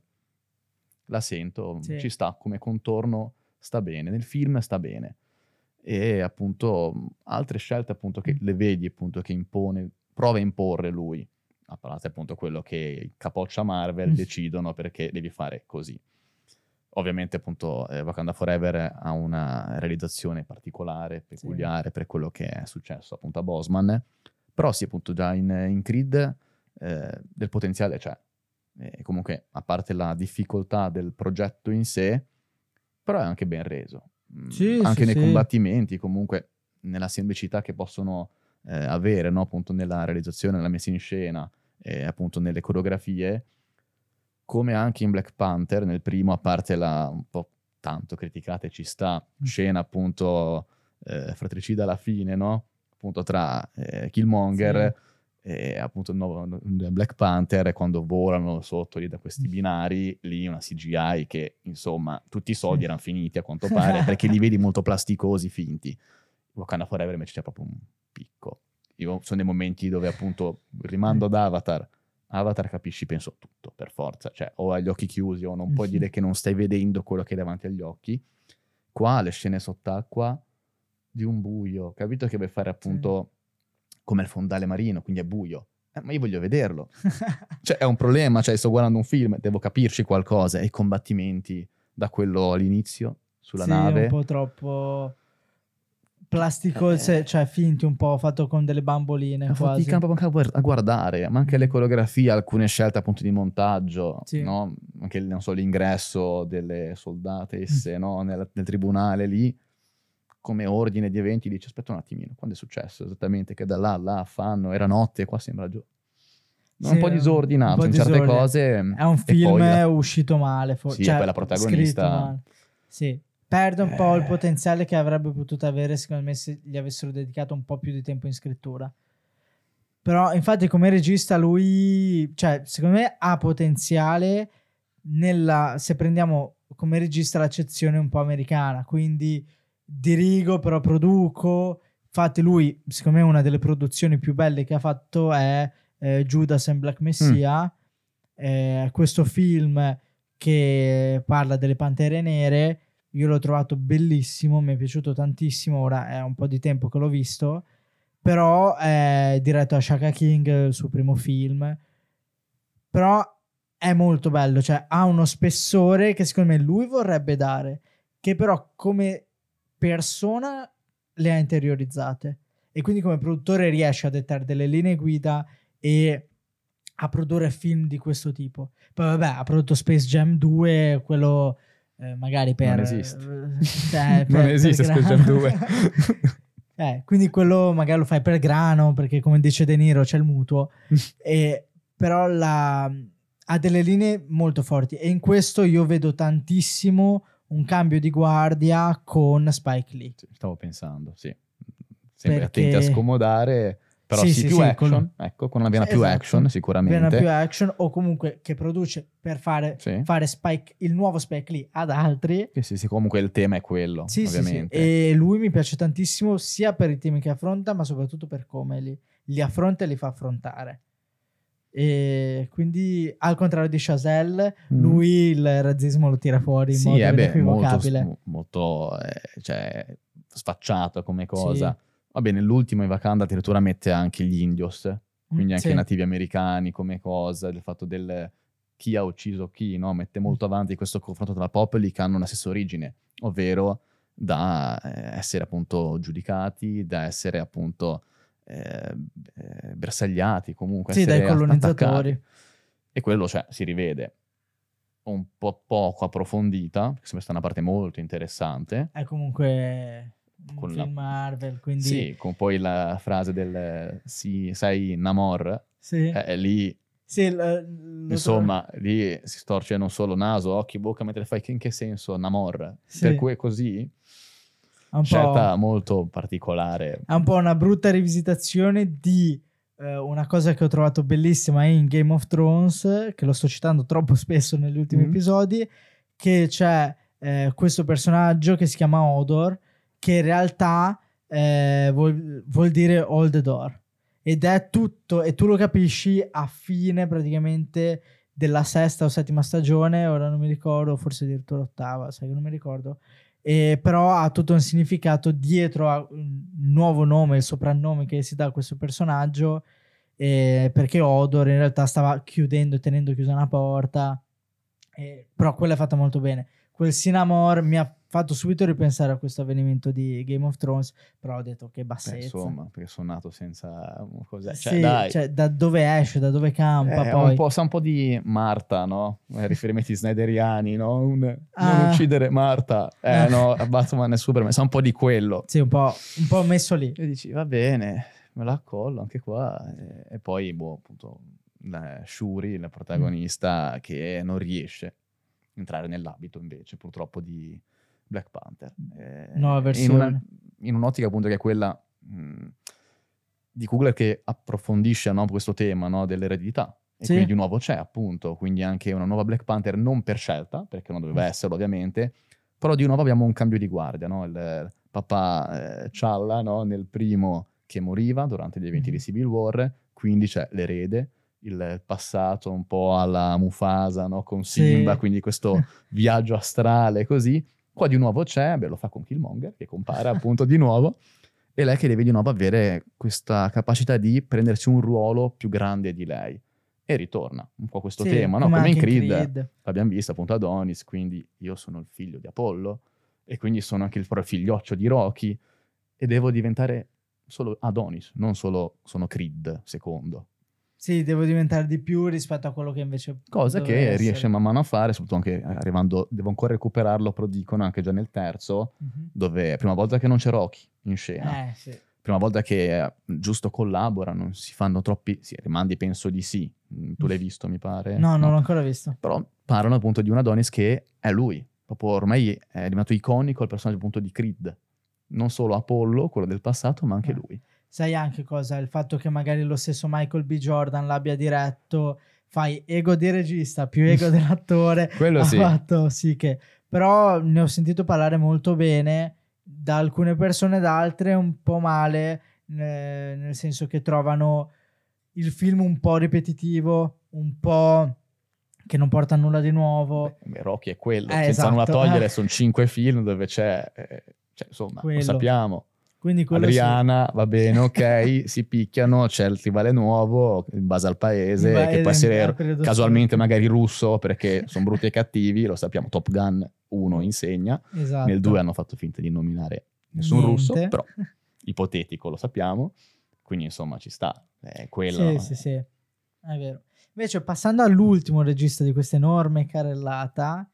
la sento, sì. ci sta, come contorno sta bene, nel film sta bene. E appunto altre scelte appunto che mm. le vedi appunto che impone, prova a imporre lui, a parte appunto quello che capoccia Marvel mm. decidono perché devi fare così. Ovviamente appunto eh, Wakanda Forever ha una realizzazione particolare, peculiare sì. per quello che è successo appunto a Boseman, però sì appunto già in, in Creed eh, del potenziale c'è, e comunque a parte la difficoltà del progetto in sé, però è anche ben reso, sì, anche sì, nei sì. combattimenti, comunque nella semplicità che possono eh, avere, no? Appunto nella realizzazione, nella messa in scena e appunto nelle coreografie, come anche in Black Panther, nel primo, a parte la un po' tanto criticata e ci sta, scena appunto eh, fratricida alla fine, no? Appunto tra eh, Killmonger sì. e appunto il nuovo Black Panther, quando volano sotto lì da questi binari, lì una C G I che, insomma, tutti i soldi erano finiti a quanto pare, perché li vedi molto plasticosi, finti. Wakanda Forever invece c'è proprio un picco. Io sono dei momenti dove appunto rimando ad Avatar, Avatar capisci penso tutto per forza, cioè o hai gli occhi chiusi o non puoi dire che non stai vedendo quello che hai davanti agli occhi. Qua le scene sott'acqua di un buio, capito che vuoi fare appunto sì. come il fondale marino, quindi è buio, eh, ma io voglio vederlo. Cioè è un problema, cioè sto guardando un film, devo capirci qualcosa, e i combattimenti da quello all'inizio sulla sì, nave un po' troppo plastico, eh, cioè finti, un po' fatto con delle bamboline quasi. Fatica un po' a guardare, ma anche le coreografie, alcune scelte appunto di montaggio, sì. no? Anche non so, l'ingresso delle soldatesse mm. no? nel, nel tribunale lì, come ordine di eventi, dici aspetta un attimino, quando è successo esattamente che da là a là fanno, era notte e qua sembra giù. Sì, un po' disordinato un po in certe disordine. Cose. È un film la... uscito male, for- sì, cioè, e poi la protagonista sì. perde un po' il Eh. potenziale che avrebbe potuto avere, secondo me, se gli avessero dedicato un po' più di tempo in scrittura. Però infatti come regista lui, cioè secondo me ha potenziale nella, se prendiamo come regista l'accezione un po' americana, quindi dirigo però produco. Infatti lui, secondo me, una delle produzioni più belle che ha fatto è eh, Judas and Black Messiah, mm. eh, questo film che parla delle Pantere Nere. Io l'ho trovato bellissimo, mi è piaciuto tantissimo, ora è un po' di tempo che l'ho visto, però è diretto da Shaka King, il suo primo film, però è molto bello, cioè ha uno spessore che secondo me lui vorrebbe dare, che però come persona le ha interiorizzate, e quindi come produttore riesce a dettare delle linee guida e a produrre film di questo tipo. Poi vabbè, ha prodotto Space Jam due, quello eh, magari per... Non esiste. Cioè, per, non esiste per Space Jam due. eh, quindi quello magari lo fai per grano, perché come dice De Niro c'è il mutuo, e, però la, ha delle linee molto forti, e in questo io vedo tantissimo un cambio di guardia con Spike Lee. Sì, stavo pensando, sì. Sempre Perché... attenti a scomodare, però sì, sì, sì, più sì, action, con... ecco, con una vena sì, più esatto. action sicuramente. Vena più action, o comunque che produce per fare, sì. fare Spike, il nuovo Spike Lee ad altri. Sì, sì, sì, comunque il tema è quello, sì, ovviamente. Sì, sì. E lui mi piace tantissimo sia per i temi che affronta, ma soprattutto per come li, li affronta e li fa affrontare. E quindi al contrario di Chazelle, mm. lui il razzismo lo tira fuori in sì, modo eh beh, inequivocabile. Molto, molto eh, cioè, sfacciato come cosa. Sì. Va bene, l'ultimo in Wakanda addirittura mette anche gli indios, quindi anche sì. i nativi americani come cosa, il fatto del chi ha ucciso chi, no? Mette molto avanti questo confronto tra popoli che hanno la stessa origine, ovvero da essere appunto giudicati, da essere appunto eh, bersagliati, comunque sì, essere dai colonizzatori. attaccati. E quello, cioè, si rivede un po' poco approfondita, perché sembra una parte molto interessante. È comunque un con film la... Marvel, quindi... Sì, con poi la frase del sì, sei Namor, sì. eh, lì... Sì, l- l- insomma, trovo... lì si storce non solo naso, occhi, bocca, mentre fai che in che senso Namor? Sì. Per cui è così... Un scelta po'... molto particolare. È un po' una brutta rivisitazione di eh, una cosa che ho trovato bellissima in Game of Thrones, che lo sto citando troppo spesso negli ultimi mm. episodi, che c'è eh, questo personaggio che si chiama Hodor, che in realtà eh, vuol, vuol dire hold the door, ed è tutto, e tu lo capisci a fine praticamente della sesta o settima stagione, ora non mi ricordo, forse addirittura ottava, sai che non mi ricordo. Eh, però ha tutto un significato dietro a un nuovo nome, il soprannome che si dà a questo personaggio, eh, perché Hodor in realtà stava chiudendo e tenendo chiusa una porta, eh, però quella è fatta molto bene. Quel Sinamor mi ha fatto subito ripensare a questo avvenimento di Game of Thrones, però ho detto che bassezza. Beh, insomma, perché sono nato senza cos'è. Cioè, sì, dai. Cioè, da dove esce, da dove campa, eh, poi. Un po', sa un po' di Marta, no? Riferimenti snyderiani, no? Un, ah. Non uccidere Marta. Eh ah. no, Batman è Superman, sa un po' di quello. Sì, un po', un po' messo lì. E dici, va bene, me la accollo anche qua. E, e poi, boh, appunto, Shuri, il protagonista, mm. che non riesce a entrare nell'abito, invece, purtroppo, di Black Panther. Eh, Nuova versione. In, una, in un'ottica, appunto, che è quella... Mh, di Coogler che approfondisce, no, questo tema, no, dell'eredità. E sì. Quindi di nuovo c'è, appunto, quindi anche una nuova Black Panther non per scelta, perché non doveva esserlo ovviamente, però di nuovo abbiamo un cambio di guardia, no? Il papà eh, T'Challa, no, nel primo che moriva durante gli eventi mm-hmm. di Civil War, quindi c'è l'erede, il passato un po' alla Mufasa, no, con Simba, sì. Quindi questo viaggio astrale così. Qua di nuovo c'è, beh, lo fa con Killmonger, che compare appunto di nuovo, e lei che deve di nuovo avere questa capacità di prendersi un ruolo più grande di lei. E ritorna un po' questo sì, tema, no? Come, come in Creed, Creed, l'abbiamo visto appunto Adonis, quindi io sono il figlio di Apollo, e quindi sono anche il figlioccio di Rocky, e devo diventare solo Adonis, non solo sono Creed secondo. Sì, devo diventare di più rispetto a quello che invece... Cosa che essere. Riesce man mano a fare, soprattutto anche arrivando... Devo ancora recuperarlo, però dicono anche già nel terzo, mm-hmm. dove prima volta che non c'è Rocky in scena, eh, sì. prima volta che giusto collaborano, si fanno troppi... Sì, rimandi penso di sì. Tu l'hai visto, mi pare? No, non no. l'ho ancora visto. Però parlano appunto di un Adonis che è lui. proprio ormai è diventato iconico il personaggio appunto di Creed. Non solo Apollo, quello del passato, ma anche Ah. lui. Sai anche cosa? Il fatto che magari lo stesso Michael B. Jordan l'abbia diretto, fai ego di regista più ego dell'attore, Quello ha sì. fatto sì che... Però ne ho sentito parlare molto bene da alcune persone, da altre un po' male, eh, nel senso che trovano il film un po' ripetitivo, un po' che non porta a nulla di nuovo. Beh, Rocky è quello, Eh, senza esatto. nulla togliere, sono cinque film dove c'è, eh, cioè, insomma, Quello. lo sappiamo. Quindi quello Adriana, sì. va bene, ok, si picchiano, c'è il rivale nuovo in base al paese, In ba- che può essere al periodo casualmente storico. magari russo perché sono brutti e cattivi, lo sappiamo, Top Gun uno insegna, Esatto. nel due hanno fatto finta di nominare nessun Niente. russo, però ipotetico, lo sappiamo, quindi insomma ci sta, è quello. Sì, sì, sì, è vero. Invece passando all'ultimo regista di questa enorme carrellata,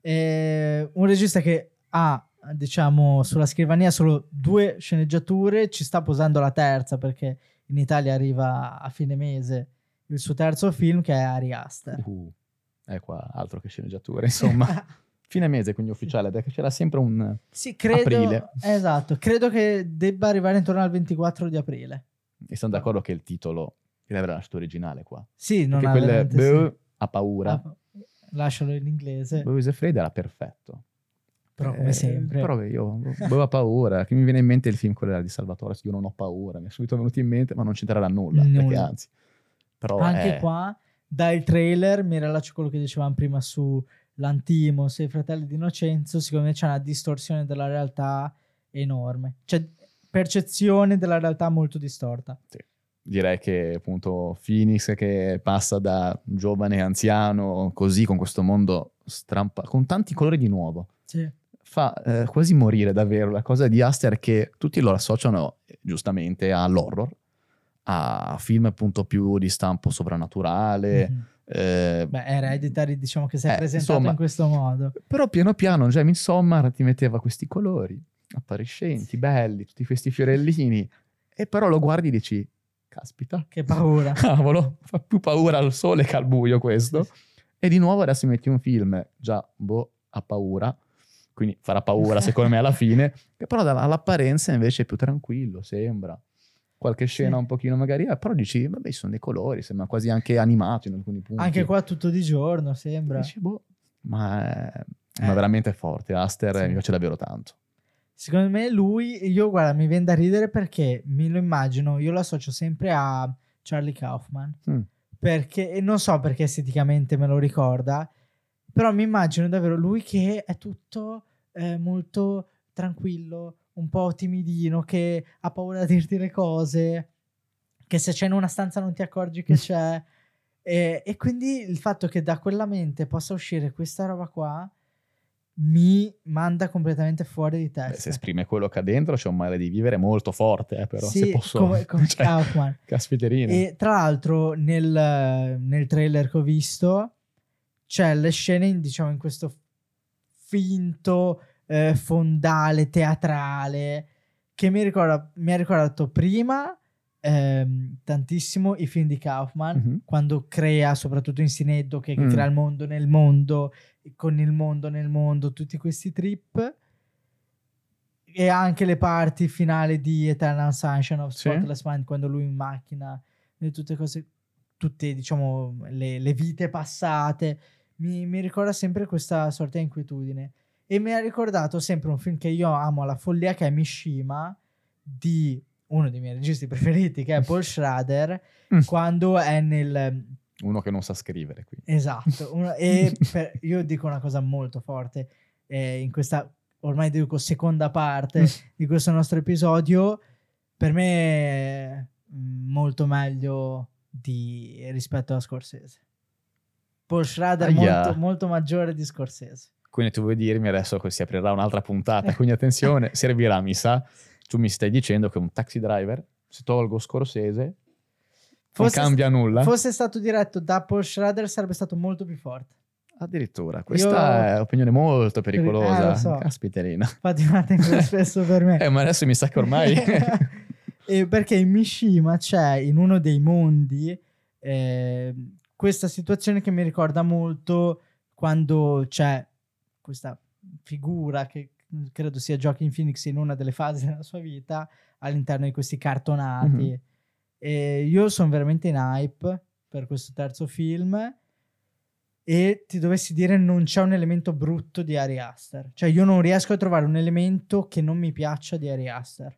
eh, un regista che ha, diciamo, sulla scrivania solo due sceneggiature, ci sta posando la terza perché in Italia arriva a fine mese il suo terzo film, che è Ari Aster. Uh, è qua, altro che sceneggiature, insomma. Fine mese, quindi ufficiale, perché c'era sempre un Sì, credo, aprile. esatto, credo che debba arrivare intorno al ventiquattro di aprile. E sono d'accordo che il titolo deve avere la scelta originale qua. Sì, non perché ha quel veramente Boo sì. ha paura. Ah, lascialo in inglese. Boo is afraid era perfetto. Però come Eh, sempre. Però io, Boo ha paura. Che mi viene in mente il film quello era di Salvatore, io non ho paura. Mi è subito venuto in mente, ma non c'entrerà nulla. Nulla. Perché anzi. Però anche è... qua, dal trailer, mi riallaccio a quello che dicevamo prima su l'Antimos e i fratelli di Innocenzo, secondo me c'è una distorsione della realtà enorme. C'è percezione della realtà molto distorta. Sì. Direi che appunto Phoenix che passa da giovane anziano così con questo mondo strampa con tanti colori di nuovo Sì. fa eh, quasi morire davvero la cosa di Aster, che tutti lo associano giustamente all'horror, a film appunto più di stampo soprannaturale. Mm-hmm. eh, Beh, Hereditary diciamo che si è eh, presentato insomma, in questo modo, però piano piano già Midsommar ti metteva questi colori appariscenti, belli, tutti questi fiorellini, e però lo guardi e dici caspita, che paura. Cavolo, fa più paura al sole che al buio questo. E di nuovo adesso metti un film, già, boh, ha paura, quindi farà paura secondo me alla fine, che però all'apparenza invece è più tranquillo, sembra. Qualche scena sì. un pochino magari, eh, però dici, vabbè, sono dei colori, sembra quasi anche animato in alcuni punti. Anche qua tutto di giorno, sembra. Dici, boh, ma è, eh. ma veramente forte, Aster sì. mi piace davvero tanto. Secondo me lui, io guarda, mi viene da ridere perché me lo immagino, io lo associo sempre a Charlie Kaufman, mm. perché, e non so perché esteticamente me lo ricorda, però mi immagino davvero lui che è tutto eh, molto tranquillo, un po' timidino, che ha paura di dirti le cose, che se c'è in una stanza non ti accorgi che c'è, e, e quindi il fatto che da quella mente possa uscire questa roba qua mi manda completamente fuori di testa. Beh, se esprime quello che ha dentro c'è un male di vivere molto forte, eh, però sì, se posso come, come cioè, Kaufman. Caspiterina. E tra l'altro nel, nel trailer che ho visto c'è le scene in, diciamo in questo finto eh, fondale teatrale che mi ricorda mi ha ricordato prima ehm, tantissimo i film di Kaufman, mm-hmm. quando crea, soprattutto in Sineddo, che, che mm. crea il mondo nel mondo, con il mondo nel mondo, tutti questi trip, e anche le parti finali di Eternal Sunshine of Spotless sì. Mind, quando lui in macchina, tutte cose, tutte diciamo le, le vite passate, mi, mi ricorda sempre questa sorta di inquietudine, e mi ha ricordato sempre un film che io amo alla follia, che è Mishima, di uno dei miei registi preferiti, che è Paul Schrader, mm. quando è nel... Uno che non sa scrivere qui. Esatto. Uno, e per, io dico una cosa molto forte, eh, in questa, ormai dico seconda parte di questo nostro episodio, per me è molto meglio di, rispetto a Scorsese. Paul Schrader è molto, molto maggiore di Scorsese. Quindi tu vuoi dirmi adesso che si aprirà un'altra puntata, quindi attenzione, servirà, mi sa. Tu mi stai dicendo che un Taxi Driver, se tolgo Scorsese, fosse non cambia nulla? Fosse stato diretto da Paul Schrader sarebbe stato molto più forte. Addirittura, questa Io... è opinione molto pericolosa. Eh, lo so. Caspiterina. Infatti la tengo spesso per me. Eh, ma adesso mi sa che ormai... e perché in Mishima c'è, in uno dei mondi, eh, questa situazione che mi ricorda molto quando c'è questa figura che credo sia Joaquin Phoenix in una delle fasi della sua vita all'interno di questi cartonati. Mm-hmm. E io sono veramente in hype per questo terzo film, e ti dovessi dire non c'è un elemento brutto di Ari Aster, cioè io non riesco a trovare un elemento che non mi piaccia di Ari Aster.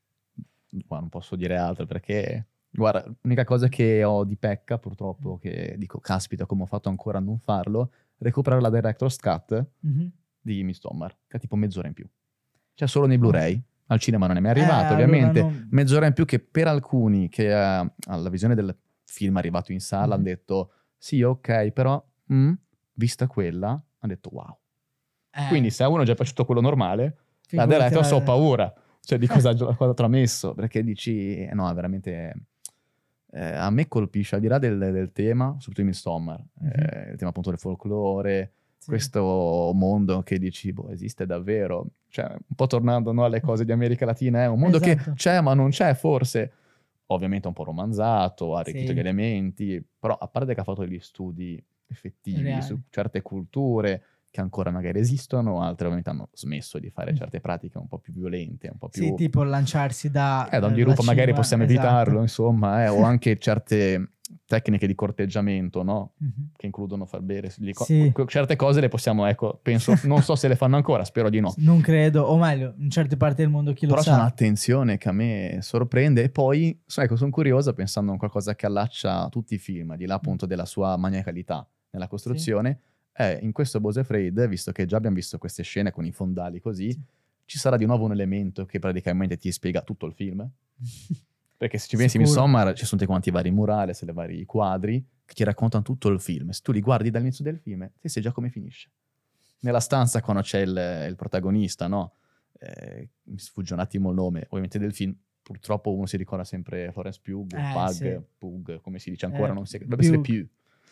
Ma non posso dire altro perché, guarda, l'unica cosa che ho di pecca purtroppo, che dico caspita come ho fatto ancora a non farlo, recuperare la Director's Cut Mm-hmm. di Midsommar, che è tipo mezz'ora in più, cioè solo nei Blu-ray. Oh. Al cinema non è mai arrivato, Eh, ovviamente. allora non... Mezz'ora in più che per alcuni che uh, alla visione del film arrivato in sala mm-hmm. hanno detto sì, ok, però mm, vista quella, hanno detto wow. Eh. Quindi se a uno è già piaciuto quello normale, la Director la... ho paura, cioè di cosa, cosa ti ha messo, perché dici, eh, no, è veramente... Eh, a me colpisce, al di là del, del tema, soprattutto in Midsommar, mm-hmm. eh, il tema appunto del folklore, sì. Questo mondo che dici, boh, esiste davvero, cioè un po' tornando no, alle cose di America Latina, è un mondo esatto. che c'è ma non c'è forse, ovviamente un po' romanzato, ha arricchito sì. gli elementi, però a parte che ha fatto degli studi effettivi Reali. Su certe culture che ancora magari esistono, altre ovviamente hanno smesso di fare certe pratiche un po' più violente, un po' più... Sì, tipo lanciarsi da... Eh, da un dirupo magari cima, possiamo esatto. evitarlo, insomma, eh, o anche certe tecniche di corteggiamento, no? Mm-hmm. Che includono far bere... Co- sì. Certe cose le possiamo, ecco, penso, non so se le fanno ancora, spero di no. Non credo, o meglio, in certe parti del mondo chi lo Però sa. Però c'è un'attenzione che a me sorprende, e poi, ecco, sono curiosa pensando a qualcosa che allaccia tutti i film, di là appunto della sua maniacalità nella costruzione, sì. Eh, in questo Beaux Afraid, visto che già abbiamo visto queste scene con i fondali così, sì. ci sarà di nuovo un elemento che praticamente ti spiega tutto il film. Perché se ci pensi, insomma, ci sono tutti quanti i vari murales, i vari quadri che ti raccontano tutto il film. Se tu li guardi dall'inizio del film, ti sai già come finisce. Nella stanza, quando c'è il, il protagonista, no? Eh, mi sfugge un attimo il nome, ovviamente del film. Purtroppo uno si ricorda sempre Florence Pugh, eh, Pug, sì. Pug, come si dice ancora, eh, non si dovrebbe essere Pugh.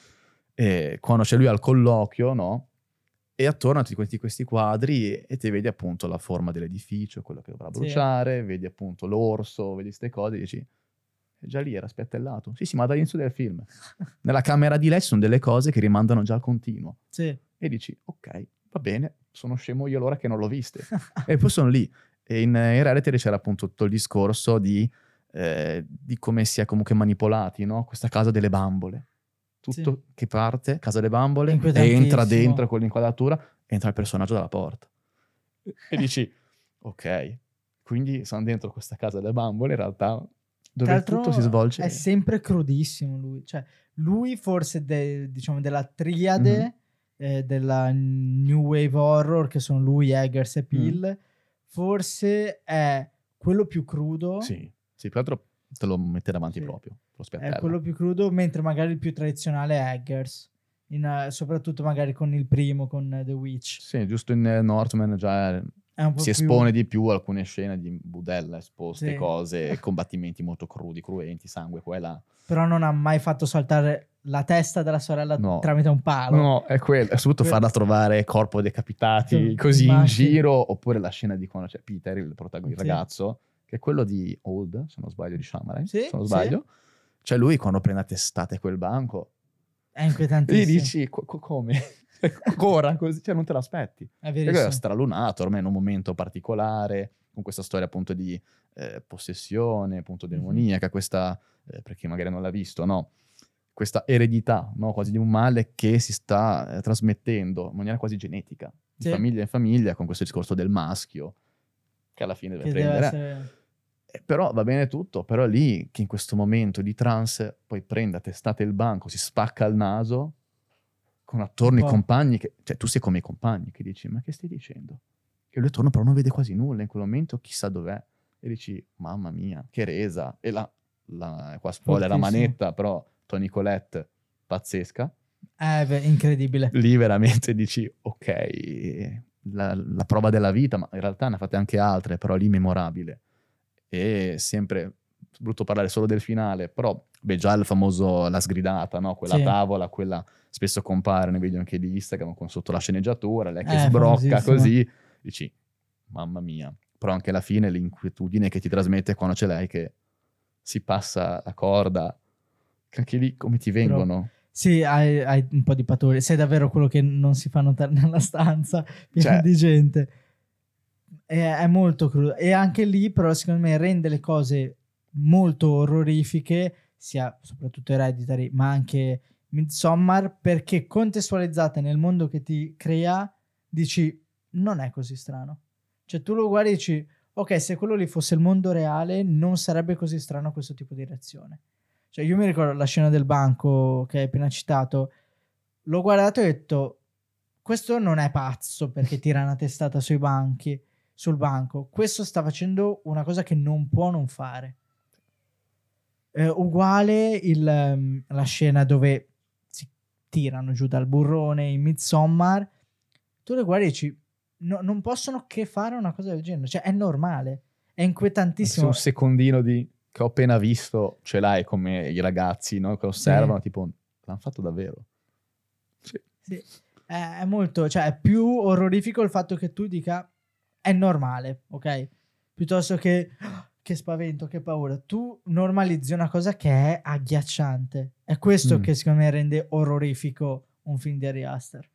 E quando c'è lui al colloquio, no? E attorno a tutti questi, questi quadri e, e ti vedi appunto la forma dell'edificio, quello che dovrà bruciare, sì. Vedi appunto l'orso, vedi queste cose e dici, è già lì, era spiattellato. Sì, sì, ma dall'inizio del film. Nella camera di lei ci sono delle cose che rimandano già al continuo. Sì. E dici, ok, va bene, sono scemo io allora che non l'ho viste. E poi sono lì. E in Hereditary c'era appunto tutto il discorso di, eh, di come si è comunque manipolati, no? Questa casa delle bambole. Tutto sì. Che parte, casa delle bambole, e entra dentro con l'inquadratura, entra il personaggio dalla porta. E dici, ok, quindi sono dentro questa casa delle bambole, in realtà, dove tutto si svolge. È sempre crudissimo lui. Cioè, lui forse, de, diciamo, della triade, mm-hmm. eh, della New Wave Horror, che sono lui, Eggers e Peele, mm. forse è quello più crudo. Sì, sì, più altro te lo mette davanti sì. proprio. È quello più crudo, mentre magari il più tradizionale è Eggers, in, uh, soprattutto magari con il primo, con uh, The Witch. Sì, giusto in uh, Northman già è un po' si più... espone di più alcune scene di budella esposte, sì. cose, combattimenti molto crudi, cruenti, sangue qua e là. Però non ha mai fatto saltare la testa della sorella no. tramite un palo. No, è quello, è soprattutto que- farla trovare corpo decapitati sì, così immagini. In giro, oppure la scena di quando c'è Peter, il protagonista, il sì. ragazzo, che è quello di Old, se non sbaglio, di Shyamalan, sì, se non sbaglio. Sì. Cioè lui quando prende a testate quel banco è inquietantissimo. E gli dici co- co- come? Ancora così? Cioè non te l'aspetti. È verissimo. Perché era stralunato ormai in un momento particolare, con questa storia appunto di eh, possessione, appunto demoniaca, mm-hmm. questa, eh, per chi magari non l'ha visto, no? Questa eredità, no? Quasi di un male che si sta eh, trasmettendo in maniera quasi genetica, di sì. famiglia in famiglia, con questo discorso del maschio, che alla fine deve che prendere... Deve essere... Però va bene tutto, però è lì che in questo momento di trance poi prende a testate il banco, si spacca il naso, con attorno i compagni, che, cioè tu sei come i compagni, che dici, ma che stai dicendo? E lui attorno però non vede quasi nulla, in quel momento chissà dov'è, e dici, mamma mia, che resa, e la, la qua spoiler, la manetta, però Toni Collette, pazzesca. Eh, beh, incredibile. Lì veramente dici, ok, la, la prova della vita, ma in realtà ne ha fatte anche altre, però lì memorabile. E sempre, brutto parlare solo del finale, però beh, già il famoso la sgridata, no? Quella sì. tavola, quella spesso compare nei video anche di Instagram con sotto la sceneggiatura, lei che eh, sbrocca così, dici mamma mia, però anche alla fine l'inquietudine che ti trasmette quando c'è lei che si passa la corda, anche lì come ti vengono? Sì, hai, hai un po' di patore. Sei davvero quello che non si fa notare nella stanza piena Cioè- di gente. È, è molto crudo. E anche lì, però, secondo me rende le cose molto orrorifiche, sia soprattutto Hereditary, ma anche Midsommar, perché contestualizzate nel mondo che ti crea, dici, non è così strano. Cioè, tu lo guardi e dici, ok, se quello lì fosse il mondo reale, non sarebbe così strano questo tipo di reazione. Cioè, io mi ricordo la scena del banco che hai appena citato, l'ho guardato e ho detto, questo non è pazzo perché tira una testata sui banchi, sul banco. Questo sta facendo una cosa che non può non fare. Eh, uguale il, um, la scena dove si tirano giù dal burrone in Midsommar. Tu le guardi e dici, no, non possono che fare una cosa del genere. Cioè, è normale. È inquietantissimo. Un secondino di che ho appena visto ce l'hai come i ragazzi, no? Che osservano, Sì. tipo, l'hanno fatto davvero. Sì. Sì. È, è molto, cioè è più orrorifico il fatto che tu dica è normale, ok? Piuttosto che "Ah, che spavento, che paura". Tu normalizzi una cosa che è agghiacciante. È questo Mm. che secondo me rende orrorifico un film di Ari Aster.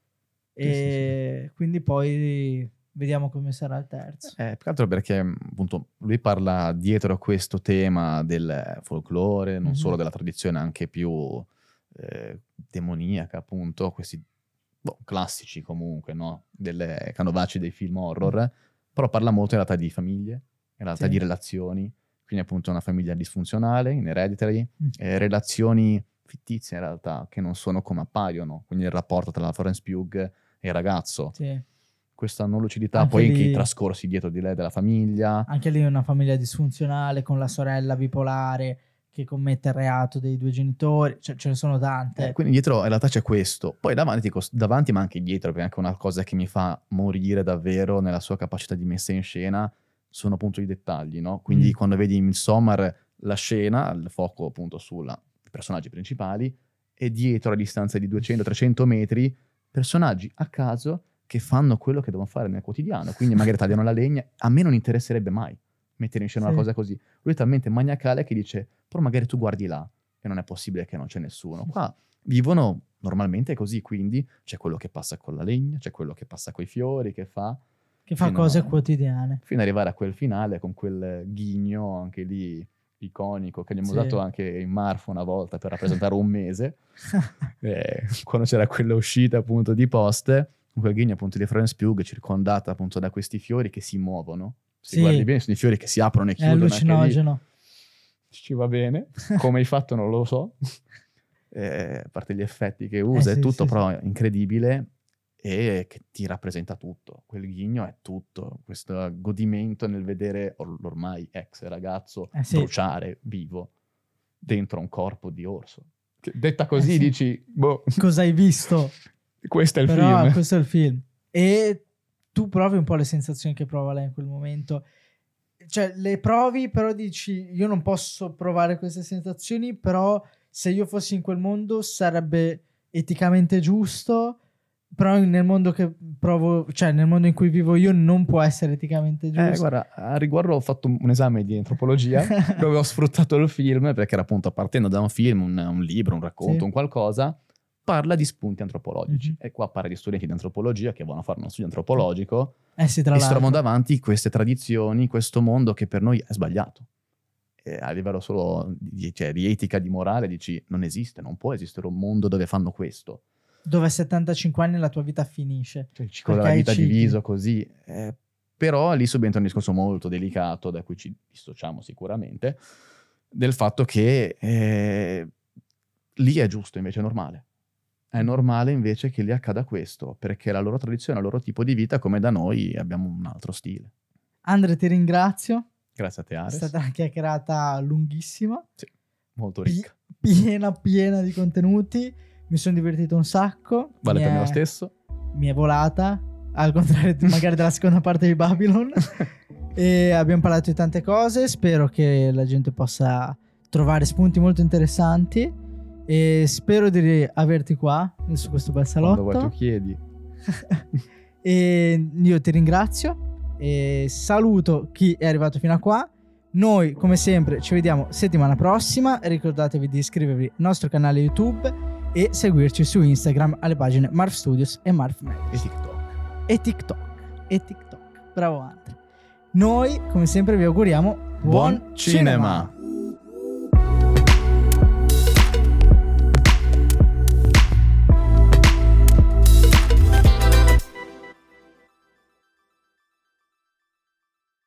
Sì, E sì, quindi poi vediamo come sarà il terzo. Eh, più che altro perché appunto lui parla dietro a questo tema del folklore, non Mhm. solo della tradizione anche più eh, demoniaca, appunto, questi boh, classici comunque, no? Delle canovacce dei film horror, però parla molto in realtà di famiglie, in realtà Sì. di relazioni, quindi appunto una famiglia disfunzionale, in Hereditary, Mm. eh, relazioni fittizie in realtà, che non sono come appaiono, quindi il rapporto tra la Florence Pugh e il ragazzo. Sì. Questa non lucidità, Anche poi anche lì- i trascorsi dietro di lei della famiglia. Anche lì una famiglia disfunzionale con la sorella bipolare che commette il reato dei due genitori, cioè ce ne sono tante. Eh, quindi dietro in realtà c'è questo. Poi davanti, cos- davanti ma anche dietro, perché anche una cosa che mi fa morire davvero nella sua capacità di messa in scena sono appunto i dettagli, no? Quindi Mm. quando vedi in Midsommar la scena, il fuoco appunto sui personaggi principali, e dietro a distanza di duecento trecento metri, personaggi a caso che fanno quello che devono fare nel quotidiano. Quindi magari tagliano la legna. A me non interesserebbe mai mettere in scena Sì. una cosa così. Lui è talmente maniacale che dice, però magari tu guardi là e non è possibile che non c'è nessuno. Qua vivono normalmente così, quindi c'è quello che passa con la legna, c'è quello che passa coi fiori, che fa... Che fa fino cose a- quotidiane. Fino ad arrivare a quel finale con quel ghigno anche lì iconico che abbiamo Sì. usato anche in Marfo una volta per rappresentare un mese. Eh, quando c'era quella uscita appunto di poste, con quel ghigno appunto di Florence Pugh circondata appunto da questi fiori che si muovono. Se Sì. guardi bene sono i fiori che si aprono e È chiudono anche lì. allucinogeno. Ci va bene, come hai fatto non lo so, eh, a parte gli effetti che usa Eh, è sì, tutto sì, però incredibile e che ti rappresenta tutto, quel ghigno è tutto, questo godimento nel vedere or- l'ormai ex ragazzo Eh, sì. bruciare vivo dentro un corpo di orso. Che, detta così Eh, sì. dici, boh, Cosa hai visto? questo è il Però film. questo è il film. E tu provi un po' le sensazioni che prova lei in quel momento. Cioè, le provi, però dici, io non posso provare queste sensazioni, però se io fossi in quel mondo sarebbe eticamente giusto, però nel mondo che provo, cioè nel mondo in cui vivo io non può essere eticamente giusto. Eh, guarda, a riguardo ho fatto un esame di antropologia dove ho sfruttato il film perché era appunto partendo da un film, un, un libro, un racconto, Sì. un qualcosa, parla di spunti antropologici. Mhm. E qua parla di studenti di antropologia che vogliono fare uno studio antropologico Eh sì, tra e si trovano l'altro. davanti queste tradizioni, questo mondo che per noi è sbagliato. E a livello solo di, cioè, di etica, di morale, dici non esiste, non può esistere un mondo dove fanno questo. Dove a settantacinque anni la tua vita finisce. Cioè il ciclo Perché della hai vita cicli. diviso così. Eh, però lì subentra un discorso molto delicato, da cui ci dissociamo sicuramente, del fatto che eh, lì è giusto, invece è normale. È normale invece che lì accada questo, perché la loro tradizione, il loro tipo di vita, come da noi, abbiamo un altro stile. Andre, ti ringrazio. Grazie a te, È Ares. stata una chiacchierata lunghissima. Sì, molto Pi- ricca. piena, piena di contenuti. Mi sono divertito un sacco. Vale mi per me è- lo stesso. Mi è volata, al contrario di- magari della seconda parte di Babylon. E abbiamo parlato di tante cose. Spero che la gente possa trovare spunti molto interessanti. E spero di averti qua su questo bel Quando vuoi tu salotto. chiedi. E io ti ringrazio e saluto chi è arrivato fino a qua. Noi come sempre ci vediamo settimana prossima. Ricordatevi di iscrivervi al nostro canale YouTube e seguirci su Instagram alle pagine Marv Studios e Marv E Magic. TikTok. E TikTok. E TikTok. Bravo Andre. Noi, come sempre, vi auguriamo buon, Buon cinema. cinema.